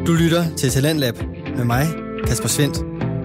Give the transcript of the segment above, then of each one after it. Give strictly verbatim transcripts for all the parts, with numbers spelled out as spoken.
Du lytter til Talentlab med mig, Kasper Svendt.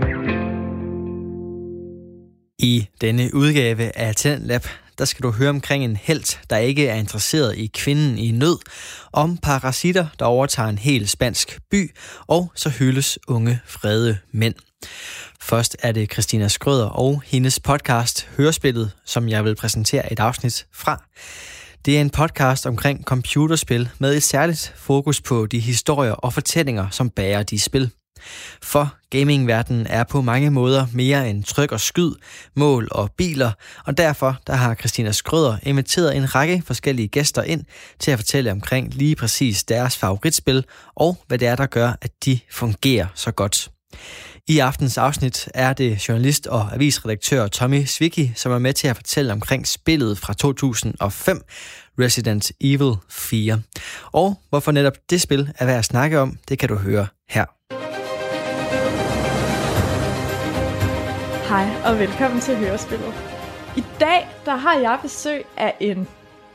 I denne udgave af Talentlab, der skal du høre omkring en helt, der ikke er interesseret i kvinden i nød, om parasitter, der overtager en hel spansk by, og så hyldes unge, frede mænd. Først er det Christina Schrøder og hendes podcast Hørespillet, som jeg vil præsentere et afsnit fra. Det er en podcast omkring computerspil med et særligt fokus på de historier og fortællinger, som bærer de spil. For gamingverdenen er på mange måder mere end tryk og skyd, mål og biler, og derfor der har Christina Schrøder inviteret en række forskellige gæster ind til at fortælle omkring lige præcis deres favoritspil, og hvad det er, der gør, at de fungerer så godt. I aftens afsnit er det journalist og avisredaktør Tommy Zwicky, som er med til at fortælle omkring spillet fra to tusind og fem, Resident Evil fire. Og hvorfor netop det spil er værd at snakke om, det kan du høre her. Hej og velkommen til Hørespillet. I dag der har jeg besøg af en,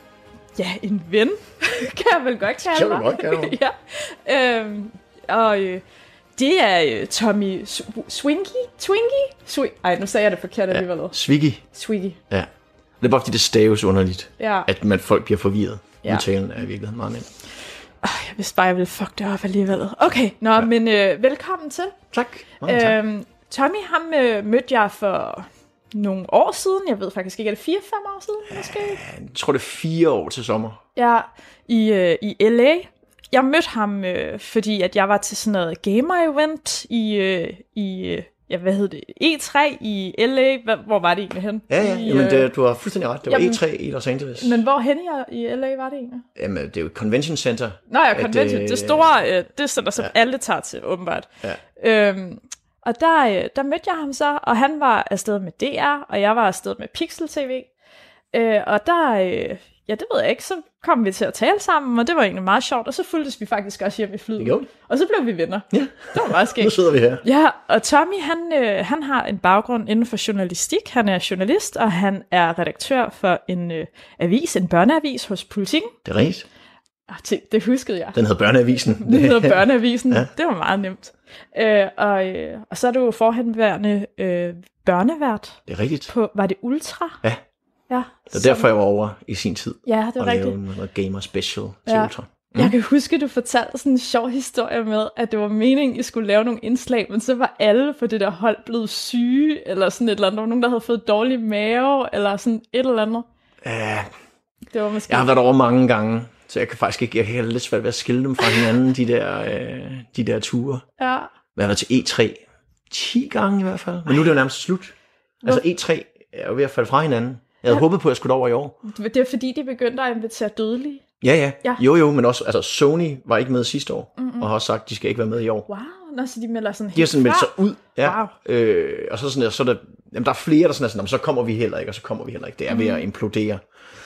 ja, en ven, kan jeg vel godt kalde mig. Godt, kan du. ja. øhm, og øh, det er øh, Tommy Swinky? Twinky? Swi- Ej, nu sagde jeg det forkert alligevel. Ja, Zwicky. Zwicky. Ja. Det er bare fordi det staves underligt, ja. at man, folk bliver forvirret. Ja. Udtalen er i virkeligheden meget nemt. Øh, jeg vidste bare, jeg ville fuck det op alligevel. Okay, nå, ja. men øh, velkommen til. Tak. Mange tak. Øhm, Tommy, ham øh, mødte jeg for nogle år siden. Jeg ved faktisk ikke, er det fire fem år siden måske? Jeg tror, det er fire år til sommer. Ja, i, øh, i L A. Jeg mødte ham, øh, fordi at jeg var til sådan noget gamer-event i, øh, i øh, ja, hvad hed det, E tre i L A. Hvor, hvor var det egentlig hen? Ja, ja, I, jamen, øh, det, du har fuldstændig ret. Det var jamen, E tre i Los Angeles. Men hvor hen i, i L A var det egentlig? Jamen, det er jo et convention center. Nå ja, convention. At, det store, øh, det center, som ja. alle tager til, åbenbart. Ja. Øhm, og der, der mødte jeg ham så, og han var afsted med D R, og jeg var afsted med Pixel T V. Øh, og der, øh, ja, det ved jeg ikke, så kom vi til at tale sammen, og det var egentlig meget sjovt, og så fulgtes vi faktisk også hjem i flyet. Jo. Og så blev vi venner. Ja. Det var meget skægt. Nu sidder vi her. Ja, og Tommy, han, øh, han har en baggrund inden for journalistik. Han er journalist, og han er redaktør for en øh, avis, en børneavis hos Politiken. Det er rigtigt. Ah, det huskede jeg. Den hedder Børneavisen. Den hedder Børneavisen. Ja. Det var meget nemt. Øh, og, øh, og så er du forhenværende øh, børnevært. Det er rigtigt. På, var det Ultra? Ja. Ja. Det er derfor, jeg var over i sin tid. Ja, det er og rigtigt. lave noget gamer special til Ja. Ultra. Mm. Jeg kan huske, at du fortalte sådan en sjov historie med, at det var meningen, at I skulle lave nogle indslag, men så var alle på det der hold blevet syge, eller sådan et eller andet. Der var nogen, der havde fået dårlig mave, eller sådan et eller andet. Ja, Det var måske... jeg har været over mange gange, så jeg kan faktisk ikke, jeg kan have lidt svært ved at skille dem fra hinanden, de der, øh, de der ture. Ja. Jeg har været til E tre ti gange i hvert fald, men nu er det jo nærmest slut. Altså E tre er jo ved at falde fra hinanden. Jeg havde ja. håbet på, at jeg skulle over i år. Det er fordi, de begyndte at invitere dødelige. Ja, ja, Ja. Jo, jo, men også, altså Sony var ikke med sidste år, Mm-mm. og har også sagt, at de skal ikke være med i år. Wow, nå, så de melder sådan helt De har sådan meldt sig før. ud, ja. Wow. Øh, og så, sådan, så er der, jamen, der er flere, der sådan er sådan, så kommer vi heller ikke, og så kommer vi heller ikke. Det er ved at implodere.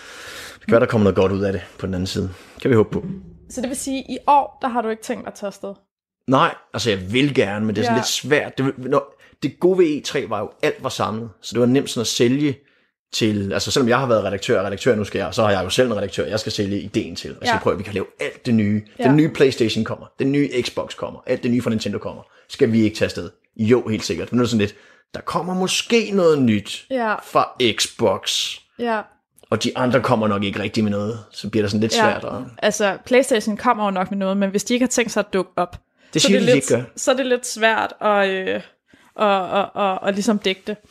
Det kan være, der kommer noget godt ud af det på den anden side. Kan vi håbe på. Så det vil sige, at i år, der har du ikke tænkt at tage afsted? Nej, altså jeg vil gerne, men det er sådan Ja. lidt svært. Det, når, det gode ved E tre var jo, alt var samlet, så det var nemt sådan at sælge til, altså selvom jeg har været redaktør og redaktør nu skal jeg, så har jeg jo selv en redaktør, jeg skal sælge ideen til. Jeg skal Ja. prøve, at vi kan lave alt det nye. Ja. Den nye PlayStation kommer, den nye Xbox kommer, alt det nye fra Nintendo kommer. Skal vi ikke tage afsted? Jo, helt sikkert. Men nu er det sådan lidt, der kommer måske noget nyt Ja. fra Xbox, Ja. og de andre kommer nok ikke rigtig med noget, så bliver det sådan lidt svært. Og... Altså, PlayStation kommer jo nok med noget, men hvis de ikke har tænkt sig at dukke op, Det så, siger er det de lidt, ikke gør. så er det lidt svært at, øh, og, og, og, og ligesom dække det.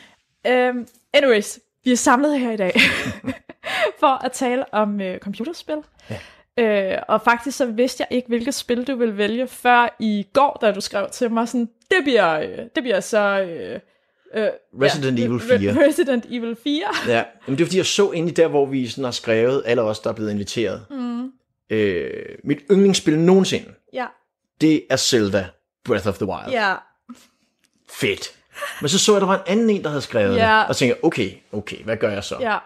Ja. Um, anyways, vi er samlet her i dag for at tale om øh, computerspil. Ja. Øh, og faktisk så vidste jeg ikke, hvilket spil du ville vælge, før i går, da du skrev til mig sådan, det bliver, øh, det bliver så... Øh, øh, Resident ja, Evil fire. Re- Resident Evil fire. Ja, men det er fordi, jeg så egentlig der, hvor vi sådan har skrevet, alle os, der er blevet inviteret. Mm. Øh, mit yndlingsspil nogensinde, Ja. det er Zelda Breath of the Wild. Ja. Fedt. Men så så jeg, der var en anden en, der havde skrevet Ja. det, og tænkte, okay, okay, hvad gør jeg så? Ja.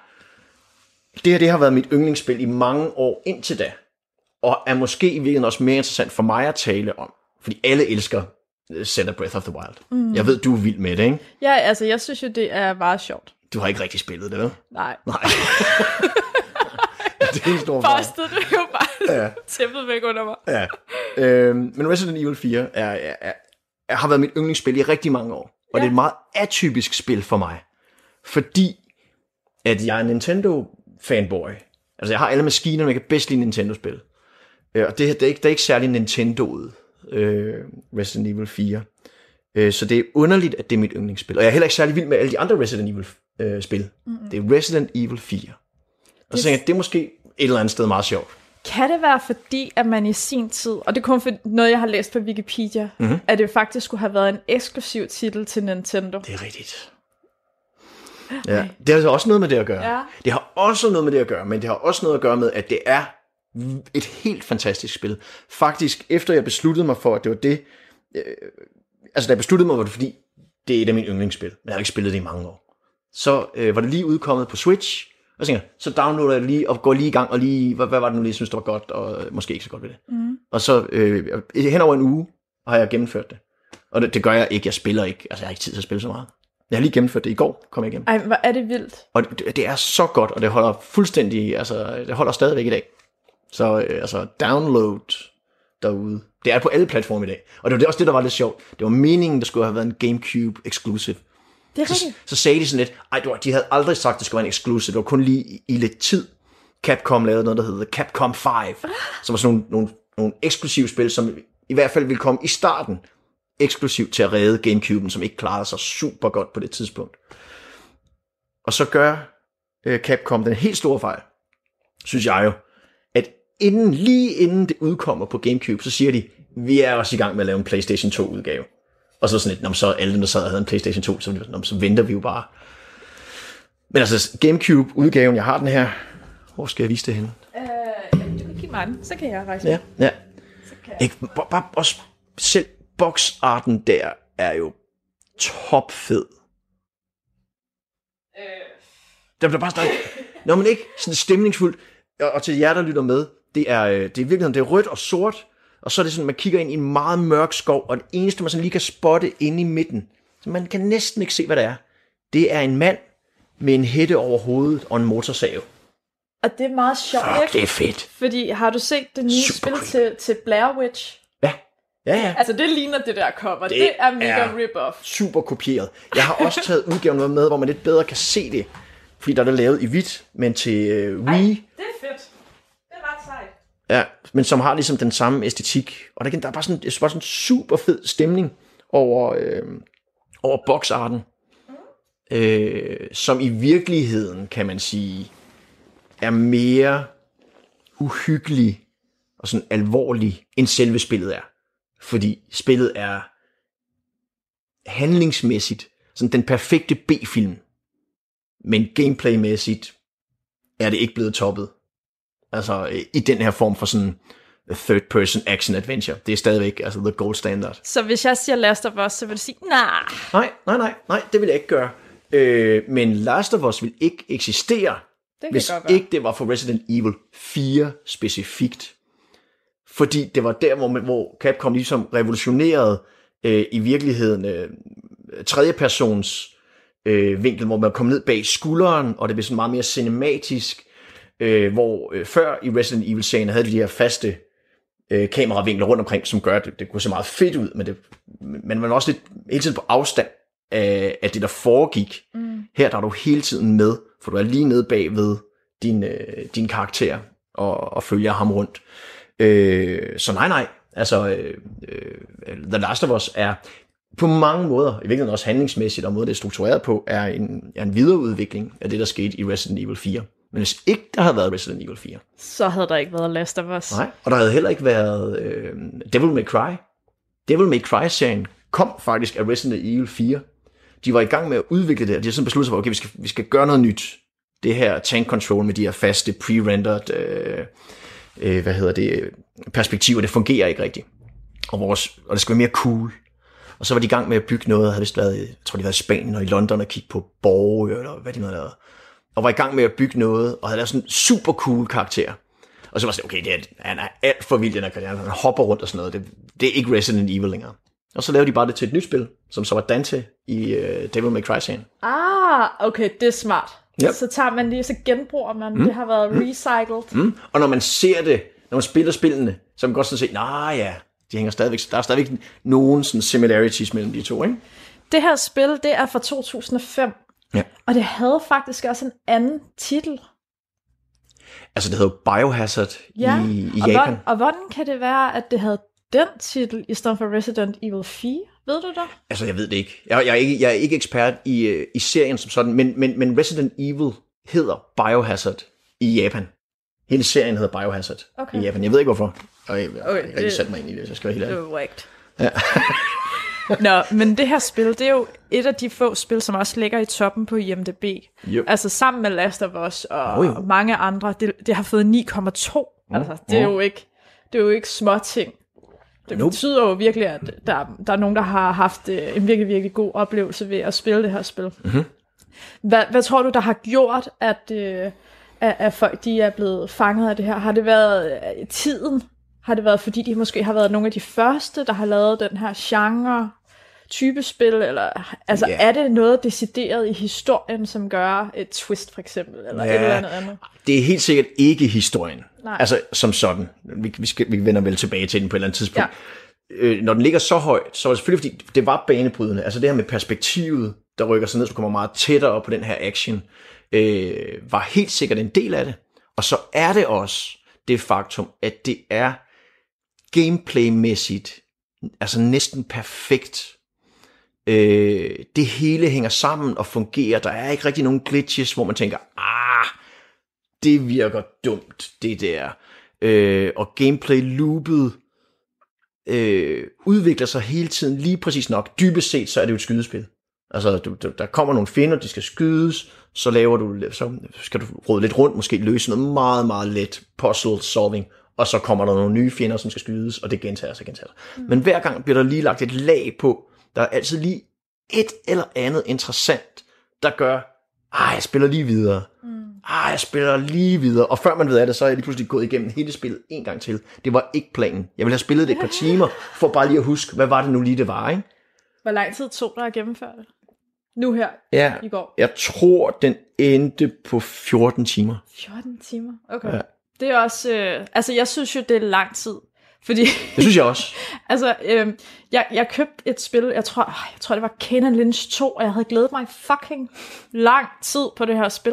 Det her, det har været mit yndlingsspil i mange år indtil da, og er måske i virkeligheden også mere interessant for mig at tale om, fordi alle elsker Zelda Breath of the Wild. Mm. Jeg ved, du er vild med det, ikke? Ja, altså, jeg synes jo, det er meget sjovt. Du har ikke rigtig spillet det, vel? Nej. Nej. Det er en stor fejl. Bostede du jo bare Ja. tæppet væk under mig. Ja. øh, men Resident Evil fire er, er, er, er, har været mit yndlingsspil i rigtig mange år. Og ja. Det er et meget atypisk spil for mig. Fordi at jeg er en Nintendo-fanboy. Altså jeg har alle maskiner, men jeg kan bedst lide Nintendo-spil. Øh, og det, det, er ikke, det er ikke særlig Nintendo'et, øh, Resident Evil fire. Øh, så det er underligt, at det er mit yndlingsspil. Og jeg er heller ikke særlig vild med alle de andre Resident Evil-spil. Øh, mm-hmm. Det er Resident Evil fire. Og så tænker jeg, det er måske et eller andet sted meget sjovt. Kan det være fordi, at man i sin tid, og det er kun for noget, jeg har læst på Wikipedia, mm-hmm. at det faktisk skulle have været en eksklusiv titel til Nintendo? Det er rigtigt. Ja, det har altså også noget med det at gøre. Ja. Det har også noget med det at gøre, men det har også noget at gøre med, at det er et helt fantastisk spil. Faktisk, efter jeg besluttede mig for, at det var det, øh, altså da jeg besluttede mig, var det fordi, det er et af mine yndlingsspil, men jeg har ikke spillet det i mange år. Så øh, var det lige udkommet på Switch, og så tænkte jeg, så downloader jeg det lige, og går lige i gang, og lige, hvad, hvad var det nu lige, jeg synes, det var godt, og måske ikke så godt ved det. Mm. Og så øh, hen over en uge, har jeg gennemført det. Og det, det gør jeg ikke, jeg spiller ikke, altså jeg har ikke tid til at spille så meget. Jeg har lige gennemført det i går, kom jeg igennem. Ej, hvor er det vildt. Og det, det er så godt, og det holder fuldstændig, altså det holder stadigvæk i dag. Så øh, altså download derude. Det er på alle platforme i dag. Og det var også det, der var lidt sjovt. Det var meningen, der skulle have været en GameCube exclusive. Det er så, rigtigt. så sagde de sådan lidt, ej, de havde aldrig sagt, at det skulle være en exclusive. Det var kun lige i, i lidt tid. Capcom lavede noget, der hedder Capcom fem, ah. som var sådan nogle, nogle, nogle eksklusive spil, som i hvert fald ville komme i starten eksklusivt til at redde GameCube'en, som ikke klarede sig super godt på det tidspunkt. Og så gør øh, Capcom den helt store fejl, synes jeg jo, at inden, lige inden det udkommer på GameCube, så siger de, vi er også i gang med at lave en PlayStation to udgave. Og så sådan lidt, så alle dem, der sad og havde en PlayStation to, så, så venter vi jo bare. Men altså, GameCube-udgaven, jeg har den her. Hvor skal jeg vise det henne? Øh, jamen, du kan give mig den, så kan jeg rejse. Ja, ja. Så kan jeg. Ikke, bare, bare også selv boxarten der er jo topfed. Øh. Der bliver bare sådan, når man ikke sådan stemningsfuldt, og, og til jer, der lytter med, det er, det er i virkeligheden, det er rødt og sort, og så er det sådan, man kigger ind i en meget mørk skov, og det eneste, man sådan lige kan spotte inde i midten, så man kan næsten ikke se, hvad det er, det er en mand med en hætte over hovedet og en motorsav. Og det er meget sjovt, Fuck, det er fedt. Fordi har du set det nye Super spil til, til Blair Witch? Ja. Ja, ja. Altså det ligner det der cover. Det, det er mega rip-off. Super kopieret. Jeg har også taget udgaven med, hvor man lidt bedre kan se det. Fordi der er det lavet i hvidt, men til uh, Wii. Ej, det er fedt. Det er ret sejt. Ja, men som har ligesom den samme æstetik. Og der, der er bare sådan, det er bare sådan super fed stemning over, øh, over boxarten. Mm. Øh, som i virkeligheden, kan man sige, er mere uhyggelig og sådan alvorlig, end selve spillet er. Fordi spillet er handlingsmæssigt sådan den perfekte B-film. Men gameplaymæssigt er det ikke blevet toppet. Altså i den her form for sådan third person action adventure. Det er stadigvæk altså the gold standard. Så hvis jeg siger Last of Us, så vil du sige, nej. Nej, nej, nej, nej, det vil jeg ikke gøre. Øh, men Last of Us vil ikke eksistere, det hvis ikke det var for Resident Evil fire specifikt. Fordi det var der, hvor, hvor Capcom ligesom revolutionerede øh, i virkeligheden øh, tredjepersons øh, vinkel, hvor man kom ned bag skulderen, og det blev sådan meget mere cinematisk, øh, hvor øh, før i Resident Evil-serien havde de de her faste øh, kameravinkler rundt omkring, som gør, at det, det kunne se meget fedt ud, men, det, men man var også lidt hele tiden på afstand af, af det, der foregik. Mm. Her der er du hele tiden med, for du er lige nede bag ved din, øh, din karakter, og, og følger ham rundt. Øh, så nej, nej, altså øh, øh, The Last of Us er på mange måder, i virkeligheden også handlingsmæssigt, og måden det er struktureret på, er en, er en videreudvikling af det, der skete i Resident Evil fire. Men hvis ikke der havde været Resident Evil fire, så havde der ikke været Last of Us. Nej, og der havde heller ikke været øh, Devil May Cry. Devil May Cry-serien kom faktisk af Resident Evil fire. De var i gang med at udvikle det, og de har sådan besluttet sig for, okay, vi skal, vi skal gøre noget nyt. Det her tank control med de her faste, pre-rendered øh, øh, hvad hedder det, perspektiver, det fungerer ikke rigtigt. Og, vores, og det skal være mere cool. Og så var de i gang med at bygge noget, havde vist været, jeg tror de var i Spanien og i London og kigge på borge, eller hvad de nu havde lavet. Og var i gang med at bygge noget, og havde lavet sådan en super cool karakter. Og så var det okay, det er, han er alt for vild, den her karakter, han hopper rundt og sådan noget. Det, det er ikke Resident Evil længere. Og så lavede de bare det til et nyt spil, som så var Dante i uh, Devil May Cry-serien. Ah, okay, det er smart. Yep. Så tager man lige, så genbruger man, mm. det har været recycled. Mm. Og når man ser det, når man spiller spillene, så kan man godt sådan se, nej ja, de hænger stadigvæk, der er stadigvæk nogen sådan similarities mellem de to, ikke? Det her spil, det er fra to tusind og fem, ja. Og det havde faktisk også en anden titel. Altså det hedder Biohazard ja. i, i og Japan. Hvordan, og hvordan kan det være, at det havde den titel i stedet for Resident Evil fire? Ved du det? Altså jeg ved det ikke. Jeg, jeg, er, ikke, jeg er ikke ekspert i, i serien som sådan, men, men, men Resident Evil hedder Biohazard i Japan. Hele serien hedder Biohazard okay. i Japan. Jeg ved ikke hvorfor. Og jeg, jeg, okay, jeg, jeg har ikke sat mig ind i det, så jeg skal være helt ærlig. Det er whacked. Ja. Nå, men det her spil, det er jo et af de få spil, som også ligger i toppen på I M D B. Yep. Altså sammen med Last of Us og oh, og mange andre. Det, det har fået ni komma to. Mm. Altså, det er jo ikke, det er jo ikke små ting. Det nope. betyder jo virkelig, at der, der er nogen, der har haft en virkelig, virkelig god oplevelse ved at spille det her spil. Mm-hmm. Hvad, hvad tror du, der har gjort, at, at, at folk de er blevet fanget af det her? Har det været tiden? Har det været, fordi de måske har været nogle af de første, der har lavet den her genre type spil? Eller, altså, yeah. er det noget decideret i historien, som gør et twist, for eksempel? Eller ja, et eller andet andet? Det er helt sikkert ikke historien. Nej. Altså, som sådan. Vi, vi, skal, vi vender vel tilbage til den på et eller andet tidspunkt. Ja. Øh, når den ligger så højt, så er det selvfølgelig, fordi det var banebrydende. Altså det her med perspektivet, der rykker sig ned, så kommer meget tættere på den her action, øh, var helt sikkert en del af det. Og så er det også det faktum, at det er gameplaymæssigt, altså næsten perfekt. Øh, det hele hænger sammen og fungerer. Der er ikke rigtig nogen glitches, hvor man tænker, ah, det virker dumt, det der. Øh, og gameplay-loopet øh, udvikler sig hele tiden lige præcis nok. Dybest set, så er det jo et skydespil. Altså, du, du, der kommer nogle fjender, de skal skydes, så laver du, så skal du rode lidt rundt, måske løse noget meget, meget let puzzle-solving, og så kommer der nogle nye fjender, som skal skydes, og det gentager sig, gentager sig. Mm. Men hver gang bliver der lige lagt et lag på. Der er altid lige et eller andet interessant, der gør, ah, jeg spiller lige videre. Mm. Ah, jeg spiller lige videre. Og før man ved af det, så er jeg lige pludselig gået igennem hele spillet en gang til. Det var ikke planen. Jeg ville have spillet det et par timer, for bare lige at huske, hvad var det nu lige, det var, ikke? Hvor lang tid tog der at gennemføre det? Nu her, ja, i går? Jeg tror, den endte på fjorten timer. fjorten timer? Okay. Ja. Det er også, øh, altså jeg synes jo, det er lang tid. Fordi, det synes jeg også. altså, øh, jeg, jeg købte et spil, jeg tror, jeg tror det var Kane and Lynch to, og jeg havde glædet mig fucking lang tid på det her spil.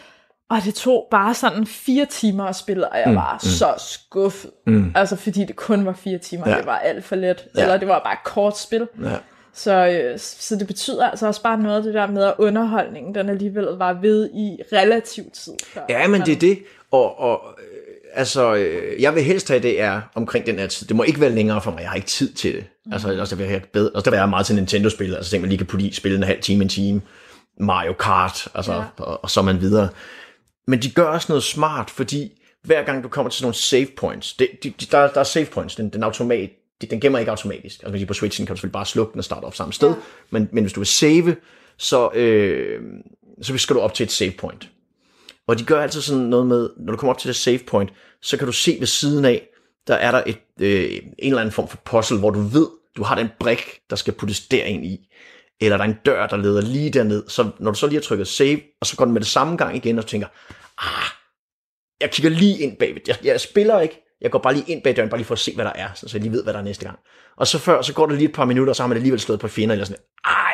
Og det tog bare sådan fire timer at spille, og jeg mm, var mm. så skuffet. Mm. Altså fordi det kun var fire timer, ja. Det var alt for let. Ja. Eller det var bare et kort spil. Ja. Så, øh, så det betyder altså også bare noget af det der med, at underholdningen, den alligevel var ved i relativ tid. Ja, men det er det. Og, og øh, altså, øh, jeg vil helst have, det er omkring den her tid. Det må ikke være længere for mig. Jeg har ikke tid til det. Mm. Altså, også der vil jeg bedre. Også der vil jeg meget til Nintendo-spil. Altså, tænk man lige kan putte i, spille en halv time, en time. Mario Kart, altså, ja. og, og så er man videre. Men de gør også noget smart, fordi hver gang du kommer til sådan nogle save points, det, de, de, der, der er save points, den, den, automat, den gemmer ikke automatisk. Altså på Switchen kan du selvfølgelig bare slukke den og starte op samme sted, ja. men, men hvis du vil save, så, øh, så skal du op til et save point. Og de gør altid sådan noget med, når du kommer op til det save point, så kan du se ved siden af, der er der et, øh, en eller anden form for puzzle, hvor du ved, du har den brik, der skal puttes derind i. Eller der er en dør, der leder lige derned. Så når du så lige har trykket save, og så går den med det samme gang igen, og tænker, ah, jeg kigger lige ind bagved. Jeg, jeg spiller ikke, jeg går bare lige ind bag døren, bare lige for at se, hvad der er, så jeg lige ved, hvad der er næste gang. Og så før, så går der lige et par minutter, og så har man alligevel slået på fjender, eller sådan, ej,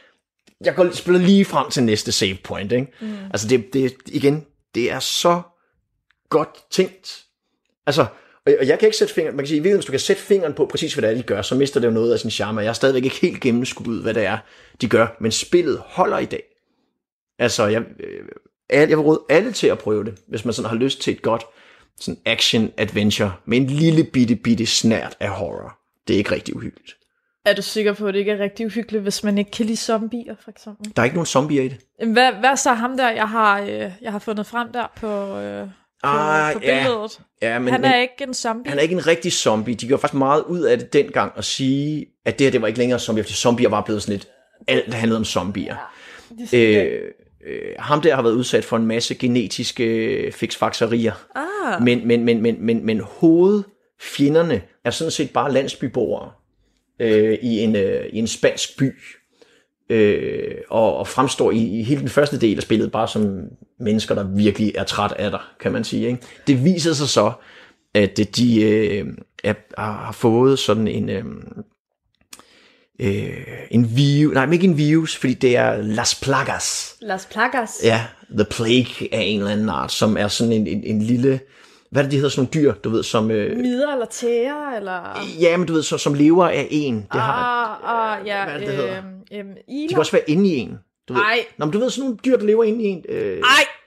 jeg går, spiller lige frem til næste save point, ikke? Mm. Altså det, det, igen, det er så godt tænkt. Altså, og jeg kan ikke sætte fingeren, man kan sige, hvis du kan sætte fingeren på præcis, hvad det er, de gør, så mister det jo noget af sin charme. Jeg er stadigvæk ikke helt gennemskuet, hvad det er, de gør, men spillet holder i dag. Altså, jeg, jeg vil råde alle til at prøve det, hvis man sådan har lyst til et godt sådan action-adventure med en lille bitte, bitte snært af horror. Det er ikke rigtig uhyggeligt. Er du sikker på, at det ikke er rigtig uhyggeligt, hvis man ikke kan lide zombier, for eksempel? Der er ikke nogen zombier i det. Hvad, hvad så ham der, jeg har, øh, jeg har fundet frem der på... Øh På, ah, på billedet. Ja, ja, men, han er men, ikke en zombie. Han er ikke en rigtig zombie. De gjorde faktisk meget ud af det dengang at sige, at det her det var ikke længere zombie, fordi zombier var blevet sådan lidt, alt handlede om zombier. Ja, øh, øh, ham der har været udsat for en masse genetiske fiksfakserier. Ah. Men, men, men, men, men, men hovedfjenderne er sådan set bare landsbyboere øh, i, en, øh, i en spansk by. Øh, og, og fremstår i, i hele den første del af spillet bare som mennesker, der virkelig er træt af dig, kan man sige, ikke? Det viser sig så, at de øh, er, har fået sådan en... Øh, øh, en virus... Nej, men ikke en virus, fordi det er Las Plagas. Las Plagas? Ja, The Plague af en eller anden art, som er sådan en, en, en lille... Hvad er det, de hedder, sådan nogle dyr, du ved, som... Øh, Mider eller tæer, eller... Ja, men du ved, så, som lever af en. Det ah, har, ah, ja, hvad er det, det hedder? Øh, øh, de kan også være inde i en. Du ved. Ej. Nå, men du ved, sådan nogle dyr, der lever inde i en. Øh... Ej!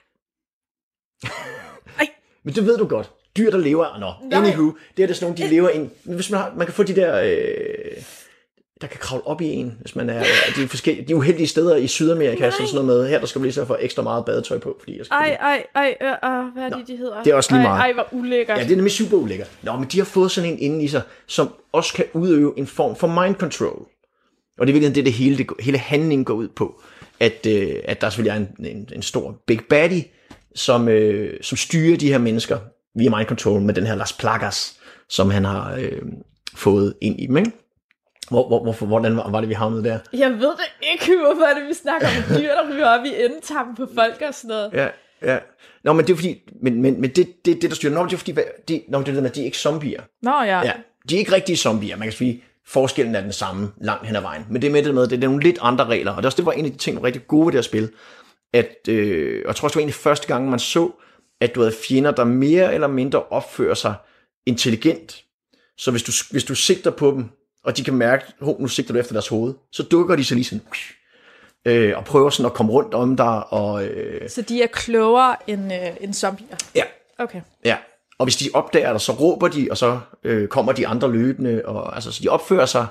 Ej! Men det ved du godt. Dyr, der lever... Nå, Nej. anywho, det er det sådan nogle, de lever ind... Hvis man, har, man kan få de der... Øh, der kan kravle op i en, hvis man er... De, forskellige, de uheldige steder i Sydamerika, sådan noget med. Her, der skal man lige så få ekstra meget badetøj på, fordi jeg skal... Ej, ej, ej, øh, øh, hvad er det, de hedder? Det er også lige meget. Ej, ej, hvor ulækkert. Ja, det er nemlig super ulækkert. Nå, men de har fået sådan en inde i sig, som også kan udøve en form for mind control. Og det er virkelig det, det hele, det, hele handlingen går ud på. At, øh, at der selvfølgelig er en, en, en stor big baddie, som, øh, som styrer de her mennesker via mind control med den her Las Plagas, som han har øh, fået ind i dem, ikke? Hvor, hvor, hvor, hvordan var det, vi havnede der? Jeg ved det ikke, hvorfor er det, vi snakker om dyr, der ryger op i endetarmen på folk og sådan noget. Ja, ja. Nå, men det er fordi, men, men, men det, det, det der styrer, nå, det er fordi, de, nå, det er det med, de er ikke zombier. Nå ja. Ja, de er ikke rigtige zombier, man kan sige, forskellen er den samme langt hen ad vejen. Men det er med det med, det er nogle lidt andre regler, og det, også, det var en af de ting, der var rigtig gode ved det her spil, at, øh, og jeg tror også, det var egentlig første gang, man så, at du havde fjender, der mere eller mindre opfører sig intelligent. Så hvis du, hvis du sigter på dem, og de kan mærke, at nu sigter du efter deres hoved, så dukker de sig lige sådan, øh, og prøver sådan at komme rundt om dig. Og, øh, så de er klogere end, øh, end zombier? Ja. Okay. Ja, og hvis de opdager dig, så råber de, og så øh, kommer de andre løbende, og altså, så de opfører sig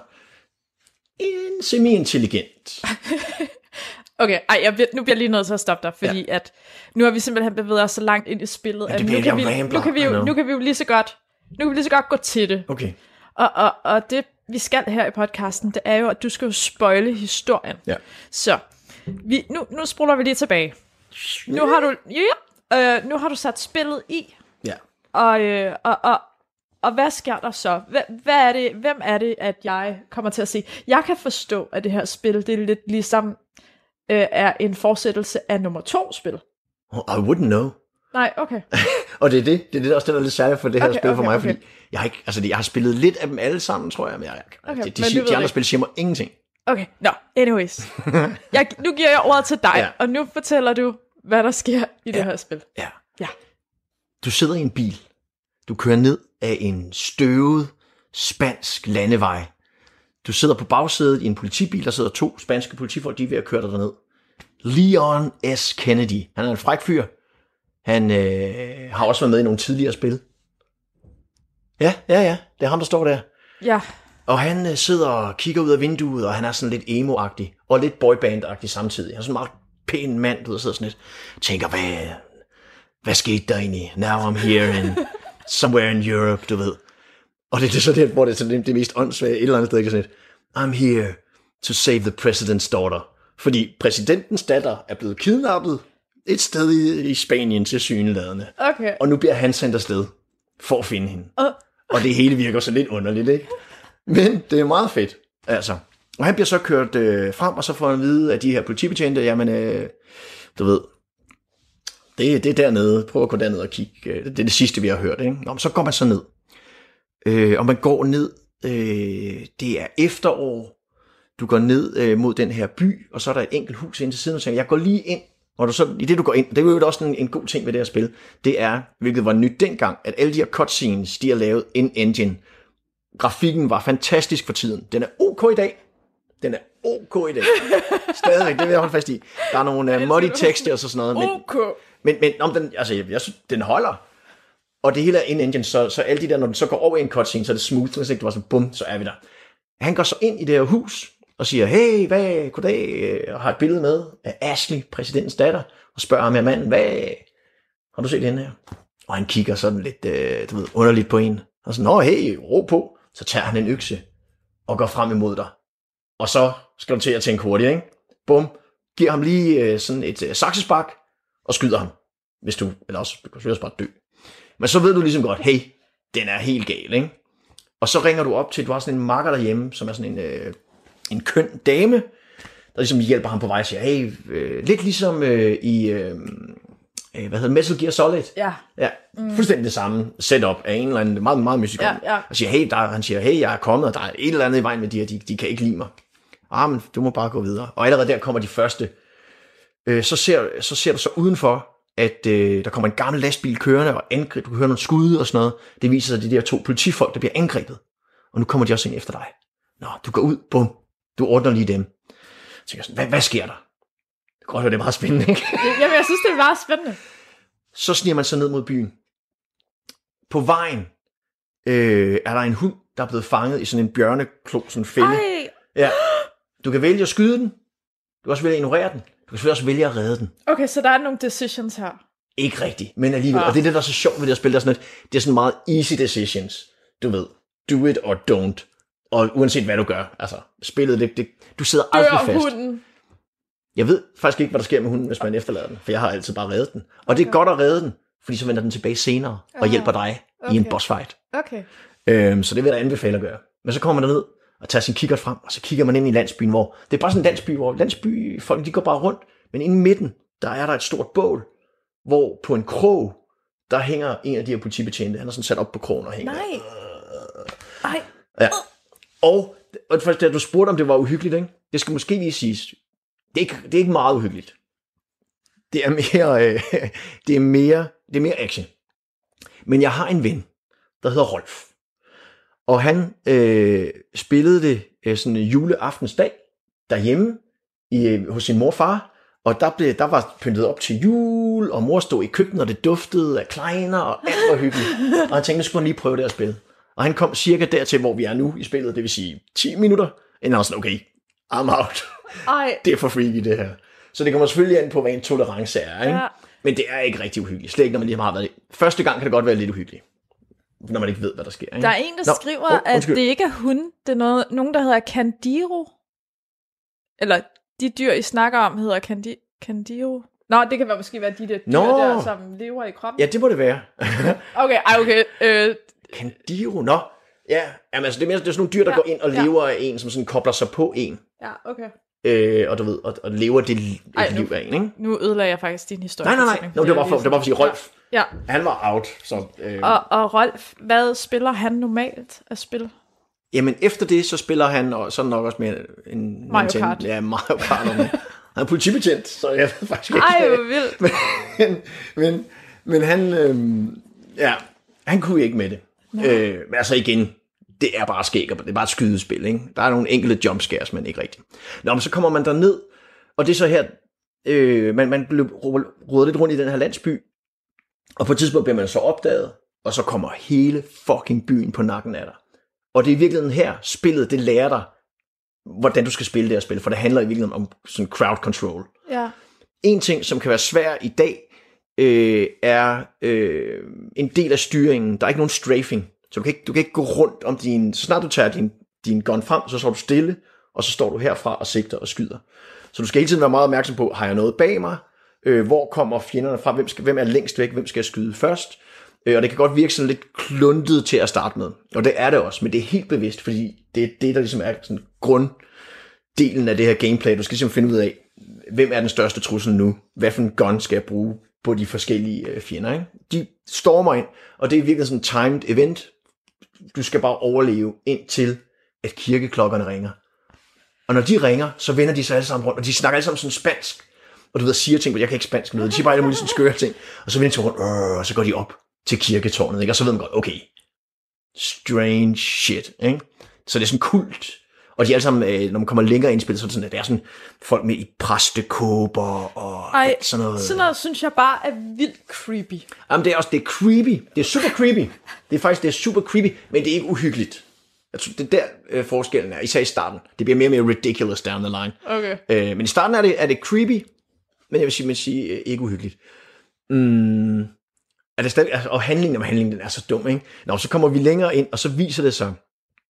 en semi-intelligent. Okay, ej, jeg, nu bliver jeg lige nødt til at stoppe dig, fordi ja. at nu har vi simpelthen bevæget os så langt ind i spillet, ja, at nu kan, vi, nu, kan vi jo, nu kan vi jo lige så godt, nu kan vi lige så godt gå til det. Okay. Og, og, og det, vi skal her i podcasten, det er jo, at du skal jo spoile historien. Ja. Så, vi, nu, nu spoler vi lige tilbage. Nu har du, ja, øh, nu har du sat spillet i, ja. og, øh, og, og, og hvad sker der så? Hvad, hvad er det, hvem er det, at jeg kommer til at se? Jeg kan forstå, at det her spil, det er lidt ligesom, øh, er en fortsættelse af nummer to spil. I wouldn't know. Nej, okay. Og det er det, det er det også, der er lidt særligt for det her okay, spil for okay, mig, okay. fordi jeg har, ikke, altså, jeg har spillet lidt af dem alle sammen, tror jeg, men jeg, okay, de, de, de, de andre spil siger mig ingenting. Okay, nå, no, anyways. jeg, nu giver jeg ordet til dig, ja. Og nu fortæller du, hvad der sker i ja. det her spil. Ja. ja. Du sidder i en bil. Du kører ned af en støvet spansk landevej. Du sidder på bagsædet i en politibil, der sidder to spanske politifolk, de er ved at køre dig derned. Leon S. Kennedy, han er en fræk fyr. Han øh, har også været med i nogle tidligere spil. Ja, ja, ja. Det er ham, der står der. Ja. Og han øh, sidder og kigger ud af vinduet, og han er sådan lidt emo-agtig. Og lidt boyband-agtig samtidig. Han er sådan en meget pæn mand, du ved, sidder sådan lidt. Tænker, hvad, hvad skete der egentlig? Now I'm here in somewhere in Europe, du ved. Og det er så det, hvor det er sådan det mest åndssvage et eller andet sted. Sådan lidt, I'm here to save the president's daughter. Fordi præsidentens datter er blevet kidnappet et sted i, i Spanien til syneladende. Okay. Og nu bliver han sendt afsted for at finde hende. Uh. Og det hele virker så lidt underligt, ikke? Men det er meget fedt, altså. Og han bliver så kørt øh, frem, og så får han at vide af de her politibetjente, jamen, øh, du ved, det, det er dernede, prøv at gå derned og kigge. Det er det sidste, vi har hørt, ikke? Nå, så går man så ned. Øh, og man går ned, øh, det er efterår, du går ned øh, mod den her by, og så er der et enkelt hus ind til siden, og tænker, jeg går lige ind. Og du så, i det du går ind, det er jo også en, en god ting ved det her spil, det er, hvilket var nyt dengang, at alle de her cutscenes, de er lavet in-engine. Grafikken var fantastisk for tiden. Den er ok i dag. Den er ok i dag. Stadigvæk, det vil jeg holde fast i. Der er nogle uh, muddy textures og sådan noget. Men, ok. Men, men om den, altså, jeg, jeg synes, den holder. Og det hele er in-engine, så, så alle de der, når den så går over i en cutscene, så er det smooth. Så det var sådan, bum, så er vi der. Han går så ind i det her hus, og siger, hey, hvad, goddag, og har et billede med af Ashley, præsidentens datter, og spørger ham her manden, hvad, har du set hende her? Og han kigger sådan lidt, øh, du ved, underligt på en, og sådan, nå, hey, ro på, så tager han en økse, og går frem imod dig, og så skal du til at tænke hurtigt, ikke? Bum, giver ham lige øh, sådan et øh, saksespark, og skyder ham, hvis du, eller også, du kan også bare dø. Men så ved du ligesom godt, hey, den er helt gal, ikke? Og så ringer du op til, du har sådan en makker derhjemme, som er sådan en... Øh, en køn dame, der ligesom hjælper ham på vej og siger, hey, øh, lidt ligesom øh, i, øh, øh, hvad hedder Metal Gear Solid. Ja. Ja, mm. fuldstændig det samme setup af en eller anden meget, meget musikal. Ja, ja. Og siger, hey, der, han siger, hey, jeg er kommet, og der er et eller andet i vejen med de her, de, de kan ikke lide mig. Ah, men du må bare gå videre. Og allerede der kommer de første. Øh, så, ser, så ser du så udenfor, at øh, der kommer en gammel lastbil kørende, og angreb, du kan høre nogle skud og sådan noget. Det viser sig, at de der to politifolk, der bliver angrebet. Og nu kommer de også ind efter dig. Nå, du går ud, bum, du ordner lige dem. Så tænker jeg sådan, hvad, hvad sker der? Det kan godt høre, det er meget spændende, ikke? Jamen, jeg synes, det er meget spændende. Så sniger man sig ned mod byen. På vejen øh, er der en hund, der er blevet fanget i sådan en bjørneklo, sådan en fælde. Ej. Ja. Du kan vælge at skyde den. Du kan også vælge at ignorere den. Du kan selvfølgelig også vælge at redde den. Okay, så der er nogle decisions her. Ikke rigtigt, men alligevel. Ja. Og det er det, der er så sjovt ved det at spille. Der er sådan, et, det er sådan meget easy decisions. Du ved, do it or don't. Og uanset hvad du gør. Altså, spillet, det, det, du sidder aldrig Dør fast. hunden. Jeg ved faktisk ikke, hvad der sker med hunden, hvis man efterlader den. For jeg har altid bare reddet den. Og okay. det er godt at redde den, fordi så vender den tilbage senere og Aha. hjælper dig okay. i en boss fight. Okay. Øhm, så det vil jeg da anbefale at gøre. Men så kommer man derned og tager sin kikkert frem, og så kigger man ind i landsbyen, hvor det er bare sådan en landsby, hvor landsby, folk de går bare rundt, men inde i midten, der er der et stort bål, hvor på en krog, der hænger en af de her politibetjente. Han er sådan sat op på krogen og hænger. Nej. Ej. Ja. Og, og først, da du spurgte, om det var uhyggeligt, ikke? Det skal måske lige siges. Det er ikke, det er ikke meget uhyggeligt. Det er mere, øh, det er mere, det er mere action. Men jeg har en ven, der hedder Rolf. Og han øh, spillede det øh, sådan en juleaftensdag derhjemme i, øh, hos sin mor og far. Og der, blev, der var pyntet op til jul, og mor stod i køkkenet, og det duftede af kleiner, og alt var hyggeligt. Og han tænkte, nu skulle han lige prøve det at spille. Og han kom cirka dertil, hvor vi er nu i spillet, det vil sige ti minutter. Inden han var sådan, okay, I'm out. Ej. Det er for freaky det her. Så det kommer selvfølgelig an på, hvad en tolerance er. Ikke? Ja. Men det er ikke rigtig uhyggeligt. Slet ikke, når man lige har været det. Første gang kan det godt være lidt uhyggeligt. Når man ikke ved, hvad der sker. Ikke? Der er en, der Nå, skriver, oh, at det ikke er hunde. Det er noget, nogen, der hedder Candiro. Eller de dyr, I snakker om, hedder Candi- Candiro. Nå, det kan være måske være de der dyr Nå. der, som lever i kroppen. Ja, det må det være. Okay, ej, okay. Øh, Candiro, nå. Ja, jamen, altså, det, er mere, det er sådan nogle dyr, der Ja, går ind og ja. lever af en, som sådan kobler sig på en. ja, okay. Øh, og du ved, og, og lever det et Ej, liv af en, ikke? Nu ødelagde jeg faktisk din historie. Nej, nej, nej. Nå, det var for, det var for at sige Rolf. Ja. Han var out. Så, øh, Og, og Rolf, hvad spiller han normalt at spille? Jamen, efter det, så spiller han, og så er det nok også mere en... Mario Nintendo- Kart. Ja, Mario Kart. Han er politibetjent, så jeg ved faktisk ikke... Ej, hvor vildt. men, men, men han... Øh, ja, han kunne ikke med det. Øh, men altså igen, det er bare skæg, det er bare et skydespil, ikke? Der er nogle enkelte jumpscares, men ikke rigtigt. Nå, men så kommer man derned, og det er så her... Øh, man, man blev rodet lidt rundt i den her landsby, og på et tidspunkt bliver man så opdaget, og så kommer hele fucking byen på nakken af dig. Og det er i virkeligheden her, spillet, det lærer dig, hvordan du skal spille det her spil, for det handler i virkeligheden om sådan crowd control. Ja. En ting, som kan være svær i dag, øh, er øh, en del af styringen. Der er ikke nogen strafing, så du kan ikke, du kan ikke gå rundt om din... Så snart du tager din, din gun frem, så står du stille, og så står du herfra og sigter og skyder. Så du skal hele tiden være meget opmærksom på, har jeg noget bag mig? Øh, hvor kommer fjenderne fra? Hvem, skal, hvem er længst væk? Hvem skal jeg skyde først? Øh, og det kan godt virke sådan lidt kluntet til at starte med. Og det er det også, men det er helt bevidst, fordi det er det, der ligesom er sådan grunddelen af det her gameplay. Du skal ligesom finde ud af, hvem er den største trussel nu? Hvad for en gun skal jeg bruge på de forskellige øh, fjender? Ikke? De stormer ind, og det er virkelig sådan en timed event. Du skal bare overleve indtil, at kirkeklokkerne ringer. Og når de ringer, så vender de sig alle sammen rundt, og de snakker alle sammen sådan spansk. Og du ved, siger ting, men jeg kan ikke spansk noget. De siger bare alle mulige sådan skøre ting. Og så vender de sig rundt, øh, og så går de op til kirketårnet, ikke? Og så ved man godt, okay, strange shit, ikke? Så det er sådan kult. Og de alle sammen, når man kommer længere ind i spillet, så er det sådan, at det er sådan folk med i præstekåber og Ej, sådan noget. sådan noget synes jeg bare er vildt creepy. Jamen det er også, det er creepy. Det er super creepy. Det er faktisk, det er super creepy, men det er ikke uhyggeligt. Jeg tror, det er der øh, forskellen er, især i starten. Det bliver mere og mere ridiculous down the line. Okay. Øh, men i starten er det, er det creepy, men jeg vil sige, man sige øh, ikke uhyggeligt. Mm, er det stadig, altså, og handlingen om handlingen, den er så dum, ikke? Nå, så kommer vi længere ind, og så viser det sig,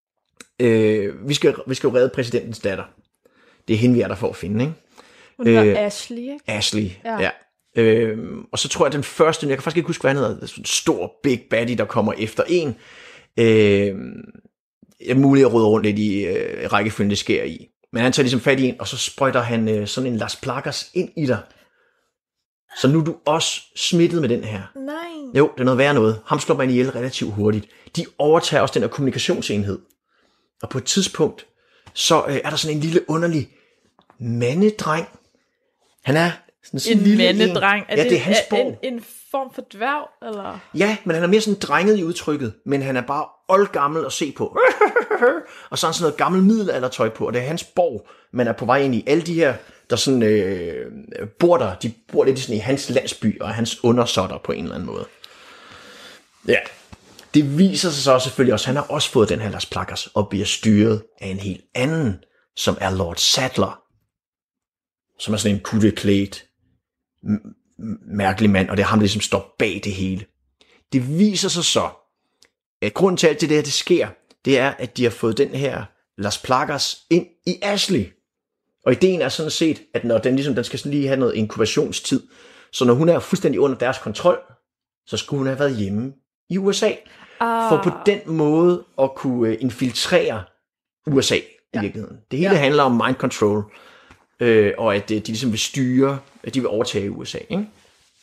øh, vi, skal, vi skal jo redde præsidentens datter. Det er hende, vi er der for at finde, ikke? Hun hedder Øh, Ashley, ikke? Ashley, ja. Ja. ja. Øh, og så tror jeg, den første, jeg kan faktisk ikke huske, hvad han hedder, sådan en stor big baddie, der kommer efter en. Øh, er muligt at rode rundt lidt i øh, rækkefølgen, det sker i. Men han tager ligesom fat i en, og så sprøjter han øh, sådan en Las Plagas ind i dig. Så nu er du også smittet med den her. Nej. Jo, det er noget værre noget. Ham slår man ihjel relativt hurtigt. De overtager også den her kommunikationsenhed. Og på et tidspunkt, så øh, er der sådan en lille underlig mandedreng. Han er sådan, sådan en lille mandedreng? En. Ja, det er hans borg. En, en form for dværg, eller? Ja, men han er mere sådan drenget i udtrykket. Men han er bare oldgammel at se på. Og så har han sådan noget gammelt middelaldertøj på. Og det er hans borg, man er på vej ind i. Alle de her, der sådan øh, bor der, de bor lidt sådan i hans landsby og hans undersåtter på en eller anden måde. Ja. Det viser sig så selvfølgelig også, at han har også fået den her Las Plagas og bliver styret af en helt anden, som er Lord Saddler, som er sådan en kutteklædt, mærkelig mand, og det er ham, der ligesom står bag det hele. Det viser sig så, at grunden til alt det der, det sker, det er, at de har fået den her Las Plagas ind i Ashley. Og ideen er sådan set, at når den, ligesom, den skal sådan lige have noget inkubationstid, så når hun er fuldstændig under deres kontrol, så skulle hun have været hjemme i U S A. Ah. For på den måde at kunne infiltrere U S A i ja. virkeligheden. Det hele ja. handler om mind control, øh, og at de ligesom vil styre, at de vil overtage U S A. Ikke?